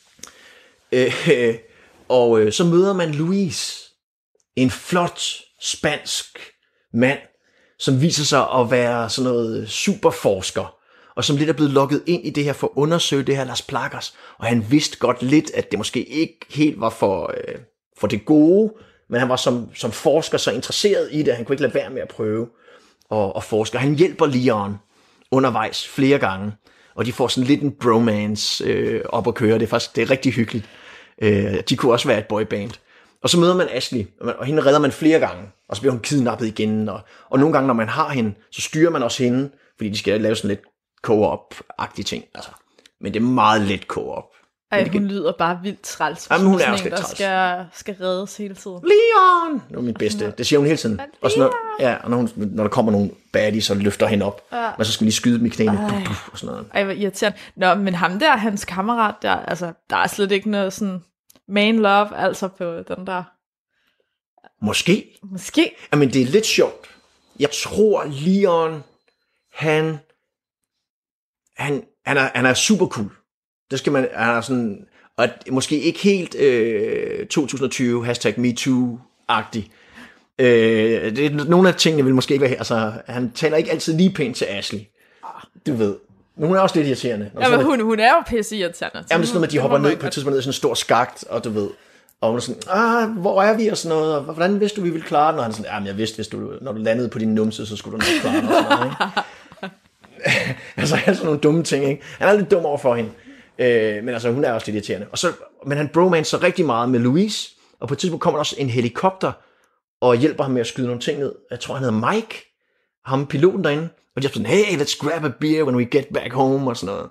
Øh, og øh, så møder man Louise, en flot spansk mand, som viser sig at være sådan noget superforsker, og som lidt er blevet lukket ind i det her for at undersøge det her Las Plagas, og han vidste godt lidt, at det måske ikke helt var for, øh, for det gode, men han var som, som forsker så interesseret i det, at han kunne ikke lade være med at prøve at, at forske. Han hjælper Leon undervejs flere gange, og de får sådan lidt en bromance øh, op at køre. Det er faktisk det er rigtig hyggeligt. Øh, de kunne også være et boyband. Og så møder man Ashley, og hende redder man flere gange, og så bliver hun kidnappet igen. Og, og nogle gange, når man har hende, så styrer man også hende, fordi de skal lave sådan lidt co-op-agtige ting. Altså. Men det er meget let co-op. Ej, hun kan... lyder bare vildt træls. Jamen, hun er også lidt der træls. Skal, skal reddes hele tiden. Leon! Det var min bedste. Det siger hun hele tiden. Og så når, ja, og når, hun, når der kommer nogle baddies, så løfter hende op. Ja. Men så skal vi lige skyde dem i knæene. Ej. Og sådan noget. Ej, hvor irriterende. Nå, men ham der, hans kammerat der, altså, der er slet ikke noget sådan man love, altså på den der... Måske. Måske. Jamen, det er lidt sjovt. Jeg tror, Leon, han, han, han, er, han er super cool. Det skal man, han er sådan, og måske ikke helt øh, to tusind og tyve, hashtag MeToo-agtig. Øh, det er nogle af tingene vil måske ikke være her. Altså, han taler ikke altid lige pænt til Ashley. Du ved. Men hun er også lidt irriterende. Ja, men hun, hun er jo pisse irriterende. Jamen, det er sådan noget, at de hopper ned på et tidspunkt ned i sådan en stor skakt, og du ved. Og hun er sådan, ah, hvor er vi og sådan noget, og hvordan vidste du, vi ville klare den? Og han er sådan, jamen jeg vidste, hvis du, når du landede på din numse, så skulle du nok klare den og sådan noget, ikke? Altså, han er sådan nogle dumme ting, ikke? Han er lidt dum over for hende, øh, men altså, hun er også lidt irriterende. Og så, men han bromancer rigtig meget med Louise, og på et tidspunkt kommer der også en helikopter, og hjælper ham med at skyde nogle ting ned. Jeg tror, han hedder Mike, ham piloten derinde, og de er sådan, hey, let's grab a beer when we get back home, og sådan noget.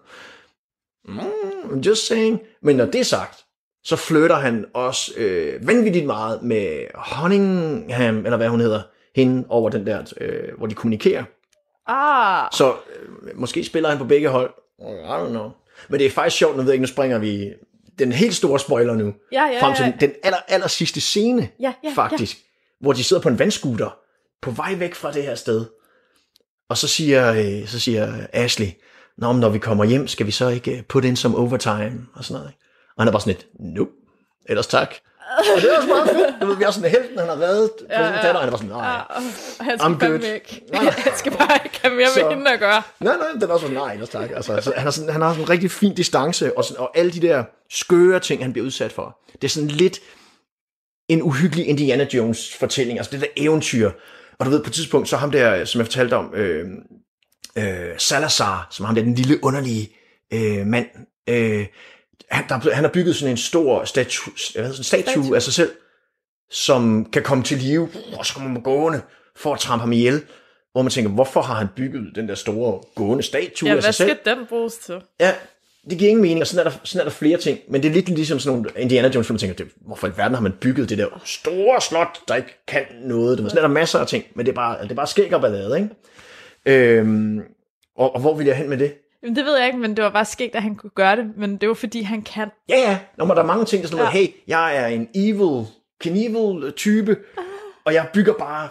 Mm, just saying. Men når det er sagt, så flytter han også øh, vanvittigt meget med Honningham, eller hvad hun hedder, hende over den der, øh, hvor de kommunikerer. Ah. Så øh, måske spiller han på begge hold. I don't know. Men det er faktisk sjovt, nu ved jeg ikke, nu springer vi den helt store spoiler nu. Ja, ja, frem til ja. den, den aller, aller sidste scene, ja, ja, faktisk. Ja. Hvor de sidder på en vandscooter, på vej væk fra det her sted. Og så siger, øh, så siger Ashley, nå, men når vi kommer hjem, skal vi så ikke put in some overtime, og sådan noget, ikke? Og han er bare sådan lidt, nope, ellers tak. Og det er også meget fedt. Du ved, vi er sådan en helten, han har reddet på ja, ja. Datter, og han er bare sådan, nej, ja, han skal I'm bare good. væk. Han skal bare ikke have mere så, med hende at gøre. Nej, nej, den er også sådan, nej, ellers tak. Altså, altså, han, har sådan, han har sådan en rigtig fin distance, og, sådan, og alle de der skøre ting, han bliver udsat for. Det er sådan lidt en uhyggelig Indiana Jones fortælling, altså det der eventyr. Og du ved, på et tidspunkt, så ham der, som jeg fortalte om, øh, øh, Salazar, som ham der, den lille underlige øh, mand, øh, Han, der, han har bygget sådan en stor statue, hvad sådan, statue, statue af sig selv, som kan komme til live, og så kommer man gående for at trampe ham ihjel. Hvor man tænker, hvorfor har han bygget den der store gående statue ja, af sig selv? Ja, hvad skal den bruges til? Ja, det giver ingen mening, og sådan er der, sådan er der flere ting. Men det er lidt ligesom sådan nogle Indiana Jones, hvor man tænker, det, hvorfor i verden har man bygget det der store slot, der ikke kan noget? Sådan er der masser af ting, men det er bare, det er bare skæg og ballade, ikke? Øhm, og, og hvor vil jeg hen med det? Jamen, det ved jeg ikke, men det var bare skægt, at han kunne gøre det, men det var fordi, han kan. Ja, ja. Nå, men der er mange ting, der sådan noget, ja. Hey, jeg er en evil, Knievel type, ah. og jeg bygger bare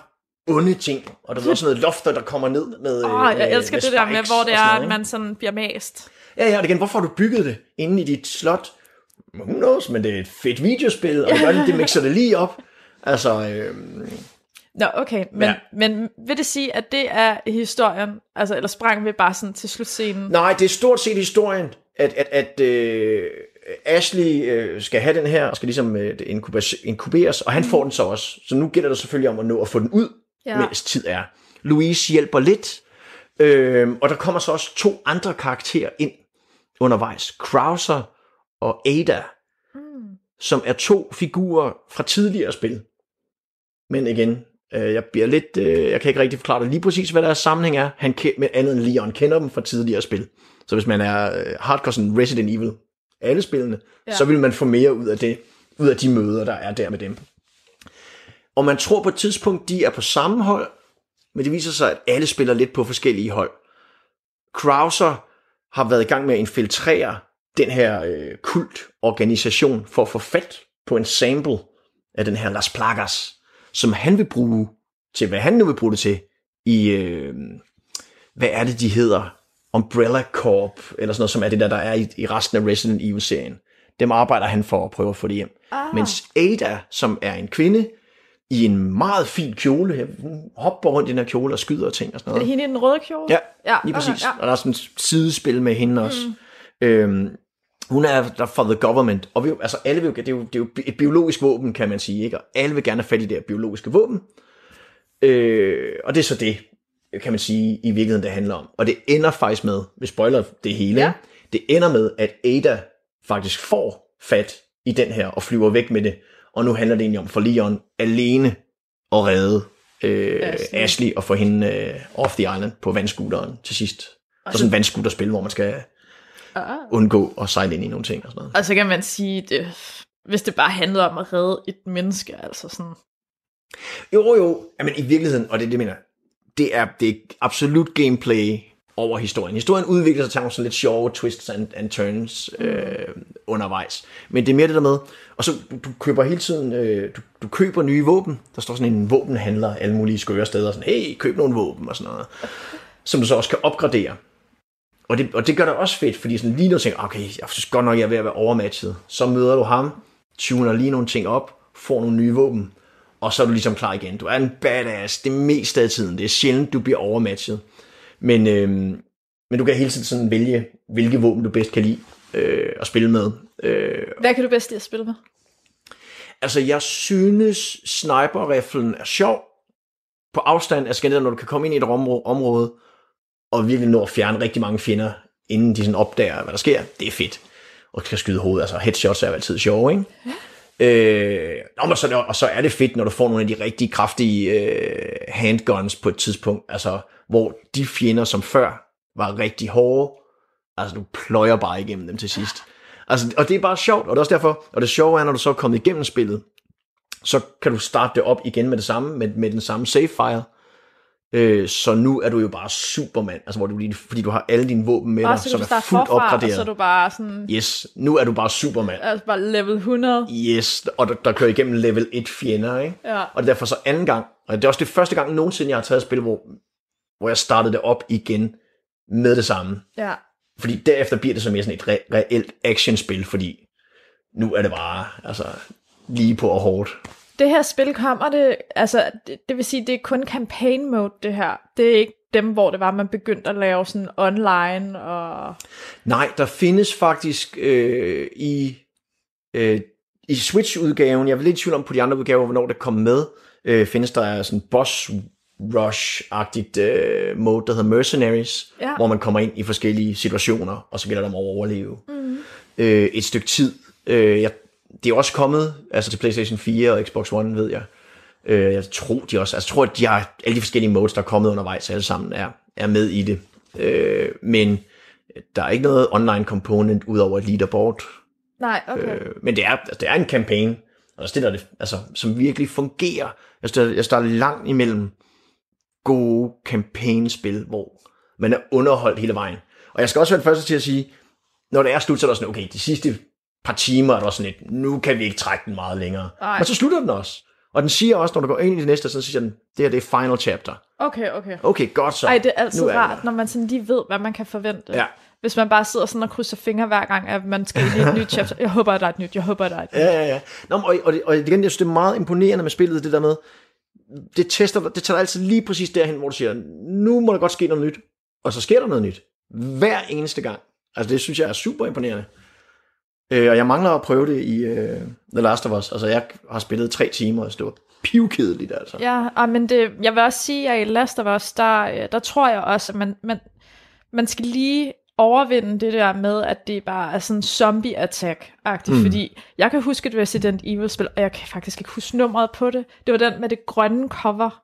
onde ting, og der er også noget lofter, der kommer ned med Åh, oh, jeg med, elsker med det der med, hvor det er, noget, at man sådan bliver mast. Ja, ja, og igen, hvorfor har du bygget det inde i dit slot? Who knows, men det er et fedt videospil, og det, gør det, det mixer det lige op. Altså, øhm, Nå, okay, men, ja. men vil det sige, at det er historien, altså, eller sprang vi bare sådan til slutscenen? Nej, det er stort set historien, at, at, at øh, Ashley øh, skal have den her, og skal ligesom øh, inkuberes, inkuberes, og han mm. får den så også. Så nu gælder det selvfølgelig om at nå at få den ud, ja. mens tid er. Louise hjælper lidt, øh, og der kommer så også to andre karakterer ind undervejs. Krauser og Ada, mm. som er to figurer fra tidligere spil. Men igen, øh, jeg bliver lidt, øh, jeg kan ikke rigtig forklare dig lige præcis, hvad deres sammenhæng er. Han med andet end Leon kender dem fra tidligere spil. Så hvis man er øh, hardcore sådan Resident Evil, alle spillene, ja. så vil man få mere ud af det, ud af de møder, der er der med dem. Og man tror på et tidspunkt, de er på samme hold, men det viser sig, at alle spiller lidt på forskellige hold. Krauser har været i gang med at infiltrere den her øh, kultorganisation for at få fat på en sample af den her Las Plagas, som han vil bruge til, hvad han nu vil bruge det til, i, øh, hvad er det, de hedder? Umbrella Corp, eller sådan noget, som er det der, der er i, i resten af Resident Evil-serien. Dem arbejder han for at prøve at få det hjem. Ah. Mens Ada, som er en kvinde, i en meget fin kjole, hun hopper rundt i den her kjole og skyder ting og sådan noget. Er det hende i den røde kjole? Ja, ja lige præcis. Okay, ja. Og der er sådan et sidespil med hende også. Mm. Øhm, hun er der for the government, og vi, altså alle vil, det, er jo, det er jo et biologisk våben, kan man sige, ikke? Og alle vil gerne have fat i det her biologiske våben. Øh, og det er så det, kan man sige, i virkeligheden, det handler om. Og det ender faktisk med, vi spoiler det hele, ja. det ender med, at Ada faktisk får fat i den her, og flyver væk med det. Og nu handler det egentlig om for Leon alene at redde øh, Ashley. Ashley og få hende øh, off the island på vandscooteren til sidst. Så sådan et vandscooterspil, hvor man skal ah. undgå at sejle ind i nogle ting og sådan noget. Og så kan man sige, det, hvis det bare handlede om at redde et menneske, altså sådan. Jo, jo, men i virkeligheden, og det det mener det er, det er absolut gameplay over historien. Historien udvikler sig til nogle sådan lidt sjove twists and, and turns øh, undervejs. Men det er mere det der med, og så du, du køber hele tiden, øh, du, du køber nye våben. Der står sådan en våbenhandler alle mulige skøre steder, sådan, hey, køb nogle våben og sådan noget, som du så også kan opgradere. Og det, og det gør det også fedt, fordi sådan lige nu tænker, okay, jeg synes godt nok, jeg er ved at være overmatchet. Så møder du ham, tuner lige nogle ting op, får nogle nye våben, og så er du ligesom klar igen. Du er en badass det meste af tiden. Det er sjældent, du bliver overmatchet. Men, øhm, men du kan hele tiden sådan vælge, hvilke våben du bedst kan lide øh, at spille med. Øh, Hvad kan du bedst lide at spille med? Altså, jeg synes, sniper-riflen er sjov. På afstand af skændet, når du kan komme ind i et område, og virkelig nå at fjerne rigtig mange fjender, inden de sådan opdager, hvad der sker. Det er fedt. Og kan skyde hovedet. Altså, headshots er jo altid sjove, ikke? Ja. Øh, og, så, og så er det fedt, når du får nogle af de rigtig kraftige øh, handguns på et tidspunkt, altså hvor de fjender som før var rigtig hårde, altså du pløjer bare igennem dem til sidst. Altså, og det er bare sjovt, og det er også derfor, og det sjove er, når du så er kommet igennem spillet, så kan du starte det op igen med det samme, med, med den samme save file. Øh, så nu er du jo bare Superman, altså hvor du lige, fordi du har alle dine våben med dig, som er fuldt opgraderet. Og så er du bare sådan. Yes, nu er du bare Superman. Altså bare level hundrede. Yes, og der, der kører igennem level et fjender, ikke? Ja. Og det er derfor så anden gang, og det er også det første gang nogensinde jeg har taget et spil, hvor hvor jeg startede det op igen med det samme. Ja. Fordi derefter bliver det så mere sådan et re- reelt actionspil, fordi nu er det bare altså lige på og hårdt. Det her spil kommer det, altså det, det vil sige, det er kun campaign mode det her. Det er ikke dem, hvor det var, man begyndte at lave sådan online og... Nej, der findes faktisk øh, i, øh, i Switch-udgaven, jeg vil lidt i tvivl om på de andre udgaver, hvornår det kom med, øh, findes der sådan boss rush-agtigt øh, mode, der hedder Mercenaries, ja. Hvor man kommer ind i forskellige situationer, og så gælder det om at overleve mm. øh, et stykke tid. Øh, jeg, det er også kommet altså til PlayStation fire og Xbox One, ved jeg. Øh, jeg tror, de også, altså, jeg tror, at de har alle de forskellige modes, der er kommet undervejs, alle sammen er, er med i det. Øh, men der er ikke noget online component, ud over et leaderboard. Nej, okay. Øh, men det er, det er en campaign, og det der det, altså, som virkelig fungerer. Jeg synes, jeg står langt imellem gode campaign-spil, hvor man er underholdt hele vejen. Og jeg skal også være den første til at sige, når det er slut, så er der sådan, okay, de sidste par timer er der sådan lidt, nu kan vi ikke trække den meget længere. Ej. Men så slutter den også. Og den siger også, når du går ind i det næste, så siger den, det her det er final chapter. Okay, okay. Okay, godt så. Ej, det er altid er rart, når man sådan lige ved, hvad man kan forvente. Ja. Hvis man bare sidder sådan og krydser fingre hver gang, at man skal i et nyt chapter. Jeg håber, der er et nyt. Jeg håber, der er et nyt. Ja, ja, ja. Nå, og, og, og igen, jeg synes, det er meget imponerende med spillet, det der med, det tester, det tager altid lige præcis derhen, hvor du siger, nu må der godt ske noget nyt. Og så sker der noget nyt. Hver eneste gang. Altså, det synes jeg er super imponerende. Øh, og jeg mangler at prøve det i uh, The Last of Us. Altså, jeg har spillet tre timer, og det var pivkedeligt, altså. Ja, men det, jeg vil også sige, at i Last of Us, der, der tror jeg også, at man, man, man skal lige overvinde det der med, at det bare er sådan zombie-attack-agtigt, mm. fordi jeg kan huske et Resident Evil-spil, og jeg kan faktisk ikke huske nummeret på det. Det var den med det grønne cover.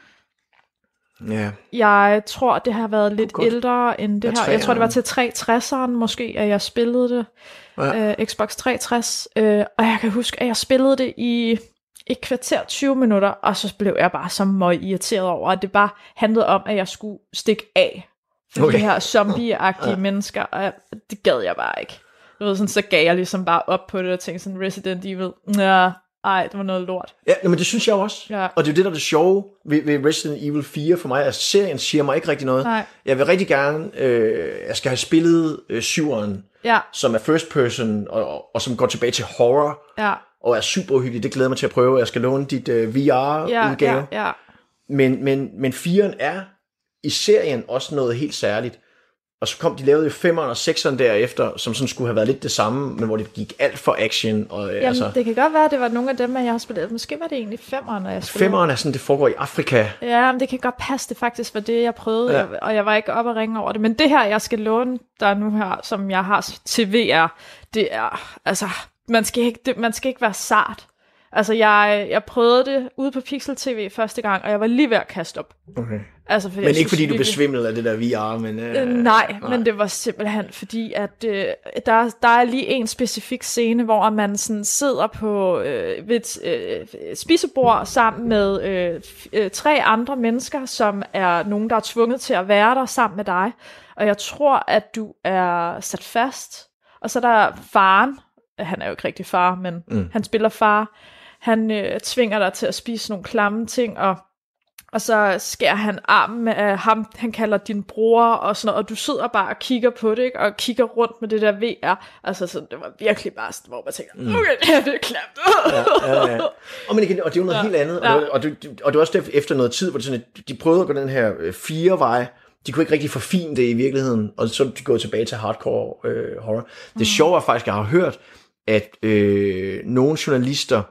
Ja. Jeg tror, det har været lidt God. ældre end det her. Jeg tror, det var til tre tresseren måske, at jeg spillede det. Ja. Uh, Xbox tre tres. Uh, og jeg kan huske, at jeg spillede det i et kvarter tyve minutter, og så blev jeg bare så meget irriteret over, at det bare handlede om, at jeg skulle stikke af for okay. de her zombie-agtige ja. mennesker, og det gad jeg bare ikke. Du ved, sådan, så gav jeg ligesom bare op på det, og tænkte sådan, Resident Evil, ja, ej, det var noget lort. Ja, men det synes jeg også. Ja. Og det er jo det, der er det sjove ved, ved Resident Evil fire for mig. Altså, serien siger mig ikke rigtig noget. Nej. Jeg vil rigtig gerne, øh, jeg skal have spillet øh, syveren, ja. som er first person, og, og, og som går tilbage til horror, ja. og er super uhyggeligt. Det glæder mig til at prøve. Jeg skal låne dit øh, V R-udgave. Ja, ja, ja. Men, men, men firen er i serien også noget helt særligt. Og så kom de lavede jo femmeren og sekseren derefter, som sådan skulle have været lidt det samme, men hvor det gik alt for action. Og, Jamen, altså, det kan godt være, at det var nogle af dem, jeg har spillet. Måske var det egentlig femmeren, jeg spillede. Femmeren er sådan, det foregår i Afrika. Ja, men det kan godt passe, det faktisk var det, jeg prøvede, ja. og jeg var ikke oppe at ringe over det. Men det her, jeg skal låne, der er nu her, som jeg har til V R, det er, altså, man skal ikke, det, man skal ikke være sart. Altså, jeg, jeg prøvede det ude på Pixel T V første gang, og jeg var lige ved at kaste op. Okay. Altså, fordi men ikke synes, fordi du virkelig... blev svimmel af det der V R, men... Øh, øh, nej, nej, men det var simpelthen fordi, at øh, der, der er lige en specifik scene, hvor man sådan sidder på øh, ved et øh, spisebord sammen med øh, øh, tre andre mennesker, som er nogen, der er tvunget til at være der sammen med dig. Og jeg tror, at du er sat fast. Og så er der faren. Han er jo ikke rigtig far, men mm. han spiller far. Han øh, tvinger dig til at spise nogle klamme ting, og, og så skærer han armen af ham, han kalder din bror, og sådan noget, og du sidder bare og kigger på det, ikke? Og kigger rundt med det der V R. Altså, så det var virkelig bare sådan, hvor man tænker, okay, det her, det er klamt. ja, ja, ja. Og, men igen, og det er jo noget ja. helt andet, og, ja. det, og, det, og det var også efter noget tid, hvor det sådan, de prøvede at gå den her øh, fire vej, de kunne ikke rigtig forfine det i virkeligheden, og så er de gået tilbage til hardcore øh, horror. Det mm. sjove er faktisk, jeg har hørt, at øh, nogle journalister,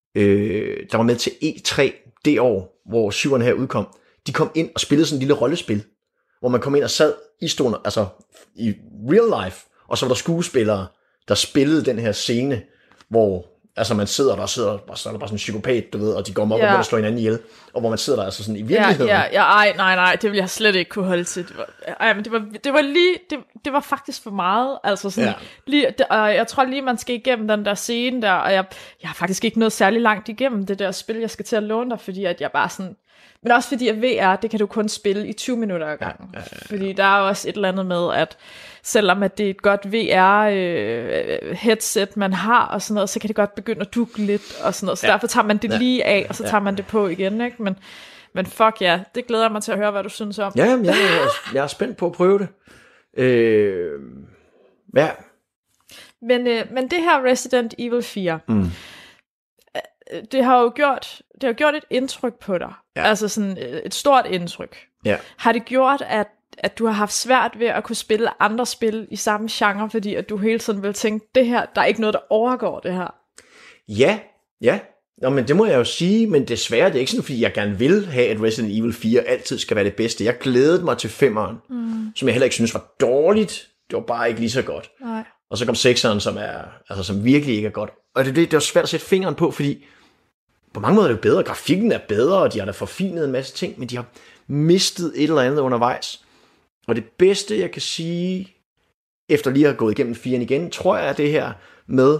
øh, der var med til E tre det år, hvor syveren her udkom, de kom ind og spillede sådan en lille rollespil, hvor man kom ind og sad i stolen, altså i real life, og så var der skuespillere, der spillede den her scene, hvor altså man sidder der og sidder, og så er der bare sådan en psykopat, du ved, og de går op yeah. og begynder at slå hinanden ihjel, og hvor man sidder der altså sådan i virkeligheden. Ja, ja, ja, ej, nej, nej, det ville jeg slet ikke kunne holde til. Det var, ej, men det var, det var lige, det, det var faktisk for meget, altså sådan, ja. lige, det, og jeg tror lige, man skal igennem den der scene der, og jeg, jeg har faktisk ikke nået særlig langt igennem det der spil, jeg skal til at låne dig, fordi at jeg bare sådan, men også fordi at V R, det kan du kun spille i tyve minutter ad gangen, ja, ja, ja, ja. Fordi der er også et eller andet med, at selvom at det er et godt V R-headset, øh, man har, og sådan noget, så kan det godt begynde at dukke lidt, og sådan noget. Så ja. Derfor tager man det lige af, og så tager man det på igen, ikke? Men, men fuck ja, det glæder mig til at høre, hvad du synes om. Ja, jeg, jeg, jeg er spændt på at prøve det. Øh, ja. Men, øh, men det her Resident Evil fire, mm. det har jo gjort, det har gjort et indtryk på dig. Ja. Altså sådan et stort indtryk. Ja. Har det gjort, at at du har haft svært ved at kunne spille andre spil i samme genre, fordi at du hele tiden vil tænke, det her, der er ikke noget, der overgår det her? Ja, ja. Nå, men det må jeg jo sige, men desværre, det er ikke sådan, fordi jeg gerne vil have, at Resident Evil fire altid skal være det bedste. Jeg glædede mig til femmeren, mm. som jeg heller ikke synes var dårligt. Det var bare ikke lige så godt. Nej. Og så kom sekseren, som, er, altså, som virkelig ikke er godt. Og det, det, det var svært at sætte fingeren på, fordi på mange måder er det jo bedre. Grafikken er bedre, og de har da forfinet en masse ting, men de har mistet et eller andet undervejs. Og det bedste, jeg kan sige, efter lige at have gået igennem firen igen, tror jeg er det her med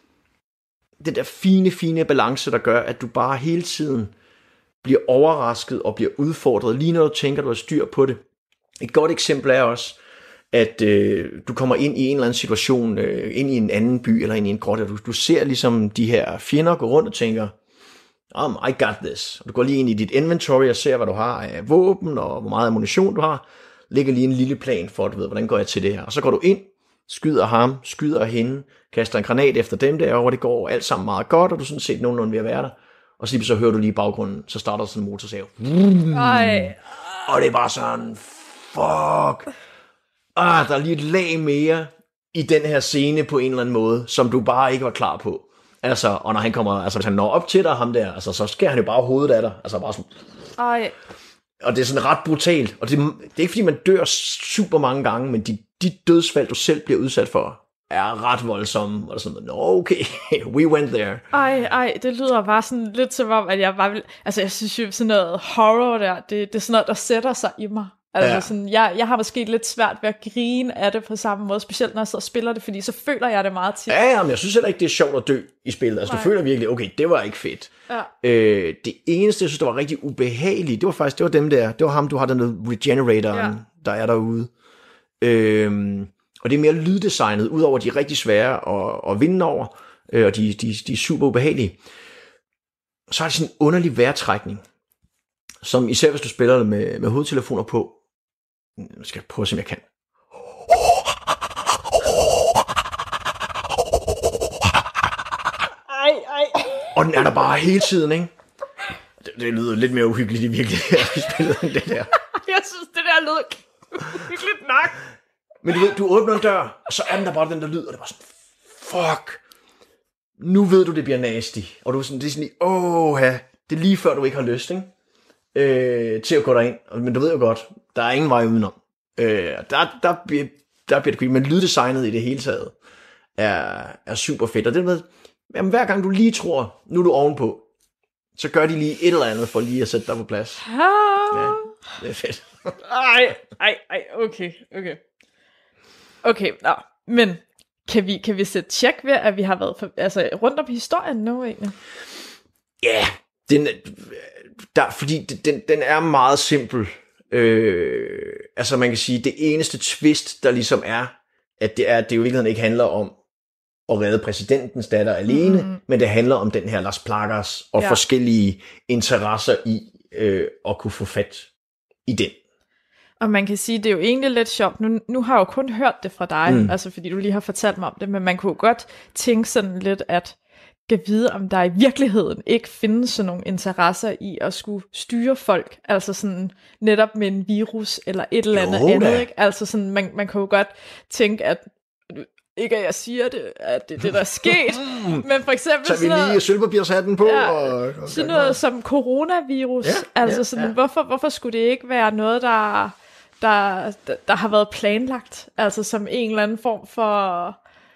den der fine, fine balance, der gør, at du bare hele tiden bliver overrasket og bliver udfordret, lige når du tænker, du har styr på det. Et godt eksempel er også, at øh, du kommer ind i en eller anden situation, øh, ind i en anden by eller ind i en grotte, og du, du ser ligesom de her fjender gå rundt og tænker, um, I got this. Og du går lige ind i dit inventory og ser, hvad du har af våben, og hvor meget ammunition du har. Lægger lige en lille plan for, at du ved, hvordan går jeg til det her. Og så går du ind, skyder ham, skyder hende, kaster en granat efter dem derovre, og det går alt sammen meget godt, og du er sådan set nogenlunde ved at være der. Og så, så hører du lige i baggrunden, så starter sådan en motorsave. Ej. Og det er bare sådan, fuck. Ah, der er lige et lag mere i den her scene på en eller anden måde, som du bare ikke var klar på. Altså, og når han kommer, altså hvis han når op til dig, ham der, altså så skærer han jo bare hovedet af dig. Altså bare sådan. Ej. Og det er sådan ret brutalt. Og det, det er ikke fordi, man dør super mange gange, men de, de dødsfald, du selv bliver udsat for, er ret voldsomme. Og sådan, no, okay, we went there. Ej, ej, det lyder bare sådan lidt som om, at jeg bare vil... Altså, jeg synes jo, sådan noget horror der, det, det er sådan noget, der sætter sig i mig. Altså, ja. sådan, jeg, jeg har måske lidt svært ved at grine af det på samme måde, specielt når jeg sidder og spiller det, fordi så føler jeg det meget tit. Ja, ja, men jeg synes heller ikke, det er sjovt at dø i spillet. Altså, Nej. Du føler virkelig, okay, det var ikke fedt. Ja. Øh, det eneste, jeg synes, der var rigtig ubehageligt, det var faktisk, det var dem der, det var ham, du har den der regeneratoren, ja. Der er derude. Øh, og det er mere lyddesignet, udover de er rigtig svære at, at vinde over, øh, og de, de, de er super ubehagelige. Så er det sådan en underlig vejrtrækning, som især hvis du spiller det med, med hovedtelefoner på. Nu skal jeg prøve at se, om jeg kan. Ej, ej. Og den er der bare hele tiden, ikke? Det, det lyder lidt mere uhyggeligt i virkeligheden, at vi spillede end det der. Jeg synes, det der lød uhyggeligt nok. Men du ved, du åbner en dør, og så er den der bare den der lyd, og det er bare sådan, fuck. Nu ved du, det bliver nasty. Og du er sådan, det er sådan, åh, ja, det er lige før, du ikke har lyst, ikke? Øh, til at gå derind. Men du ved jo godt, der er ingen vej udenom. Øh, der, der, bliver, der bliver det creepy, men lyddesignet i det hele taget er, er super fedt. Og det med, jamen, hver gang du lige tror, nu er du ovenpå, så gør de lige et eller andet for lige at sætte dig på plads. Ja, det er fedt. Ej, ej, ej, okay, okay. Okay, nå, men kan vi, kan vi sætte tjek ved, at vi har været for, altså, rundt om historien nu egentlig? Ja, yeah, den, der, fordi den, den er meget simpel. Øh, altså man kan sige, det eneste twist, der ligesom er, at det, er, at det jo i virkeligheden ikke handler om at redde præsidentens datter alene, mm. men det handler om den her Las Plagas og ja. forskellige interesser i øh, at kunne få fat i den. Og man kan sige, det er jo egentlig lidt sjovt. Nu, nu har jeg jo kun hørt det fra dig, mm. altså fordi du lige har fortalt mig om det, men man kunne godt tænke sådan lidt, at kan vide, om der i virkeligheden ikke findes sådan nogle interesser i at skulle styre folk, altså sådan netop med en virus eller et eller andet jo, andet, ikke? Altså sådan, man, man kan jo godt tænke, at ikke at jeg siger det, at det er det, der er sket, men for eksempel så vi lige noget, sølvpapirshatten på. Ja, og, og sådan noget som coronavirus, ja, altså ja, sådan, ja. Hvorfor, hvorfor skulle det ikke være noget, der, der, der, der har været planlagt, altså som en eller anden form for...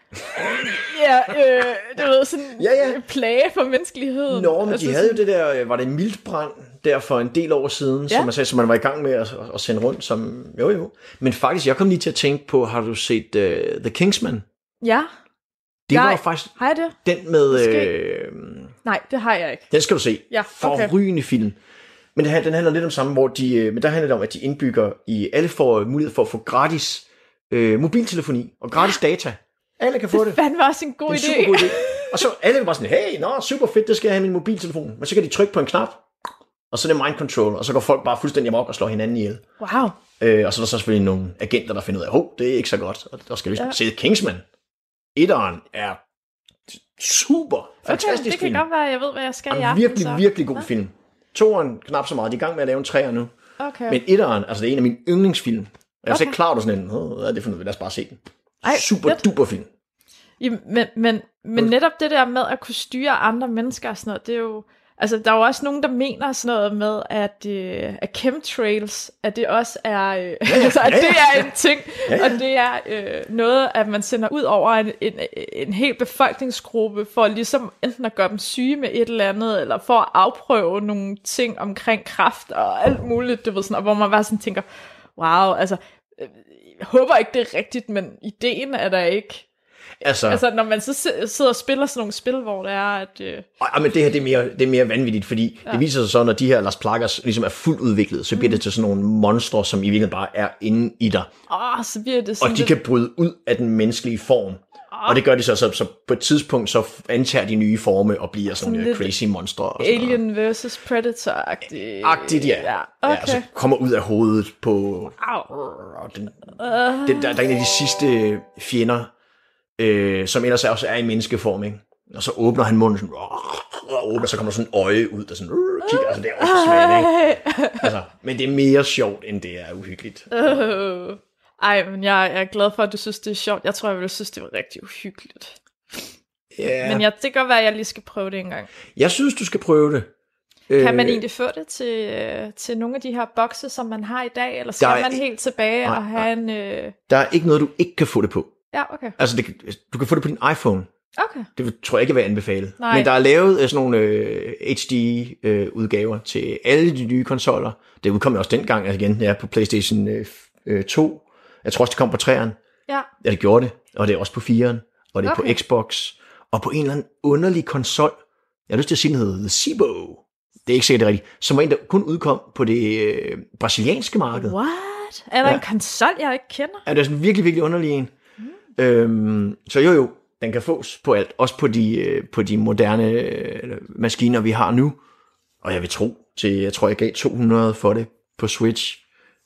ja, øh, det var sådan ja, ja. en plage for menneskeligheden. Nå, men altså, de havde sådan... jo det der, var det mildbrand der for en del år siden, ja. som man sagde, som man var i gang med at, at sende rundt, som, jo jo. Men faktisk, jeg kom lige til at tænke på, har du set uh, The Kingsman? Ja. Det jeg, var faktisk har jeg det? den med... Øh, Nej, det har jeg ikke. Den skal du se. Ja, okay. Forrygende film. Men det, den handler lidt om samme, hvor de, men der handler det om, at de indbygger i alle får mulighed for at få gratis øh, mobiltelefoni og gratis ja. data. Alle kan få det. Det fandme også en god idé. En super god idé. Og så alle er bare sådan, hey, nå, super fedt, det skal jeg have min mobiltelefon. Men så kan de trykke på en knap, og så er det mind control, og så går folk bare fuldstændig amok og slår hinanden ihjel. Wow. Øh, og så er der så selvfølgelig nogle agenter, der finder ud af, hov, det er ikke så godt. Og der skal vi ja. se Kingsman. Etteren er super fantastisk okay, det kan film. godt være, jeg ved, hvad jeg skal i aften. Virkelig, så. virkelig god ja. film. Toeren knap så meget. De er i gang med at lave en treer nu. Okay. Men etteren, altså det er en af mine yndlingsfilm. Jeg er okay. ikke klar over sådan en, hvad er det for noget, lad os bare se den. Ej, super fedt. Duper film. Ja, men, men, men netop det der med at kunne styre andre mennesker og sådan noget, det er jo, altså der er jo også nogen, der mener sådan noget med, at, øh, at chemtrails, at det også er, øh, ja, ja. altså, at ja, ja. det er en ting, ja, ja. og det er øh, noget, at man sender ud over en, en, en hel befolkningsgruppe, for ligesom enten at gøre dem syge med et eller andet, eller for at afprøve nogle ting omkring kræft og alt muligt, du ved sådan, og hvor man bare sådan tænker, wow, altså, øh, jeg håber ikke, det er rigtigt, men ideen er der ikke. Altså, altså når man så sidder og spiller sådan nogle spil, hvor det er, at... Øh... Ej, men det her, det er mere, det er mere vanvittigt, fordi ja. det viser sig så, når de her Las Plagas ligesom er fuldt udviklet, så bliver mm. det til sådan nogle monstre, som i virkeligheden bare er inde i dig. Åh, så bliver det sådan Og de lidt... kan bryde ud af den menneskelige form. Og det gør de så, så, så på et tidspunkt, så antager de nye forme og bliver sådan, sådan crazy monstre. Og sådan Alien versus Predator-agtigt. Agtigt, ja. Ja, okay. Ja, og så kommer ud af hovedet på... Den, den, der, der er en af de sidste fjender, øh, som ellers også er i menneskeform, ikke? Og så åbner han munden sådan, og åbner, så kommer der sådan en øje ud, der sådan, kigger, altså det er også svært, ikke? Altså, men det er mere sjovt, end det er uhyggeligt. Uh, ej, men jeg, jeg er glad for, at du synes, det er sjovt. Jeg tror, jeg ville synes, det var rigtig uhyggeligt. Yeah. Men jeg, det kan godt være, at jeg lige skal prøve det en gang. Jeg synes, du skal prøve det. Kan man egentlig få det til, til nogle af de her bokse, som man har i dag, eller skal er, man helt tilbage nej, og have nej. en... Øh... Der er ikke noget, du ikke kan få det på. Ja, okay. Altså, det, du kan få det på din iPhone. Okay. Det tror jeg ikke vil anbefale. Nej. Men der er lavet sådan nogle øh, H D-udgaver øh, til alle de nye konsoller. Det udkom jo også dengang, altså igen, ja, på PlayStation øh, to. Jeg tror også, det kom på treeren. Ja. Ja, det gjorde det. Og det er også på fireren. Og det er okay. På Xbox. Og på en eller anden underlig konsol. Jeg har lyst til at sige, den hedder The Cibo. Det er ikke sikkert det rigtigt. Som var en, der kun udkom på det øh, brasilianske marked. What? Er der ja. en konsol, jeg ikke kender? Ja, det er sådan virkelig, virkelig underlig en. Mm. Øhm, så jo jo, den kan fås på alt. Også på de, øh, på de moderne øh, maskiner, vi har nu. Og jeg vil tro til, jeg tror, jeg gav to hundrede for det på Switch.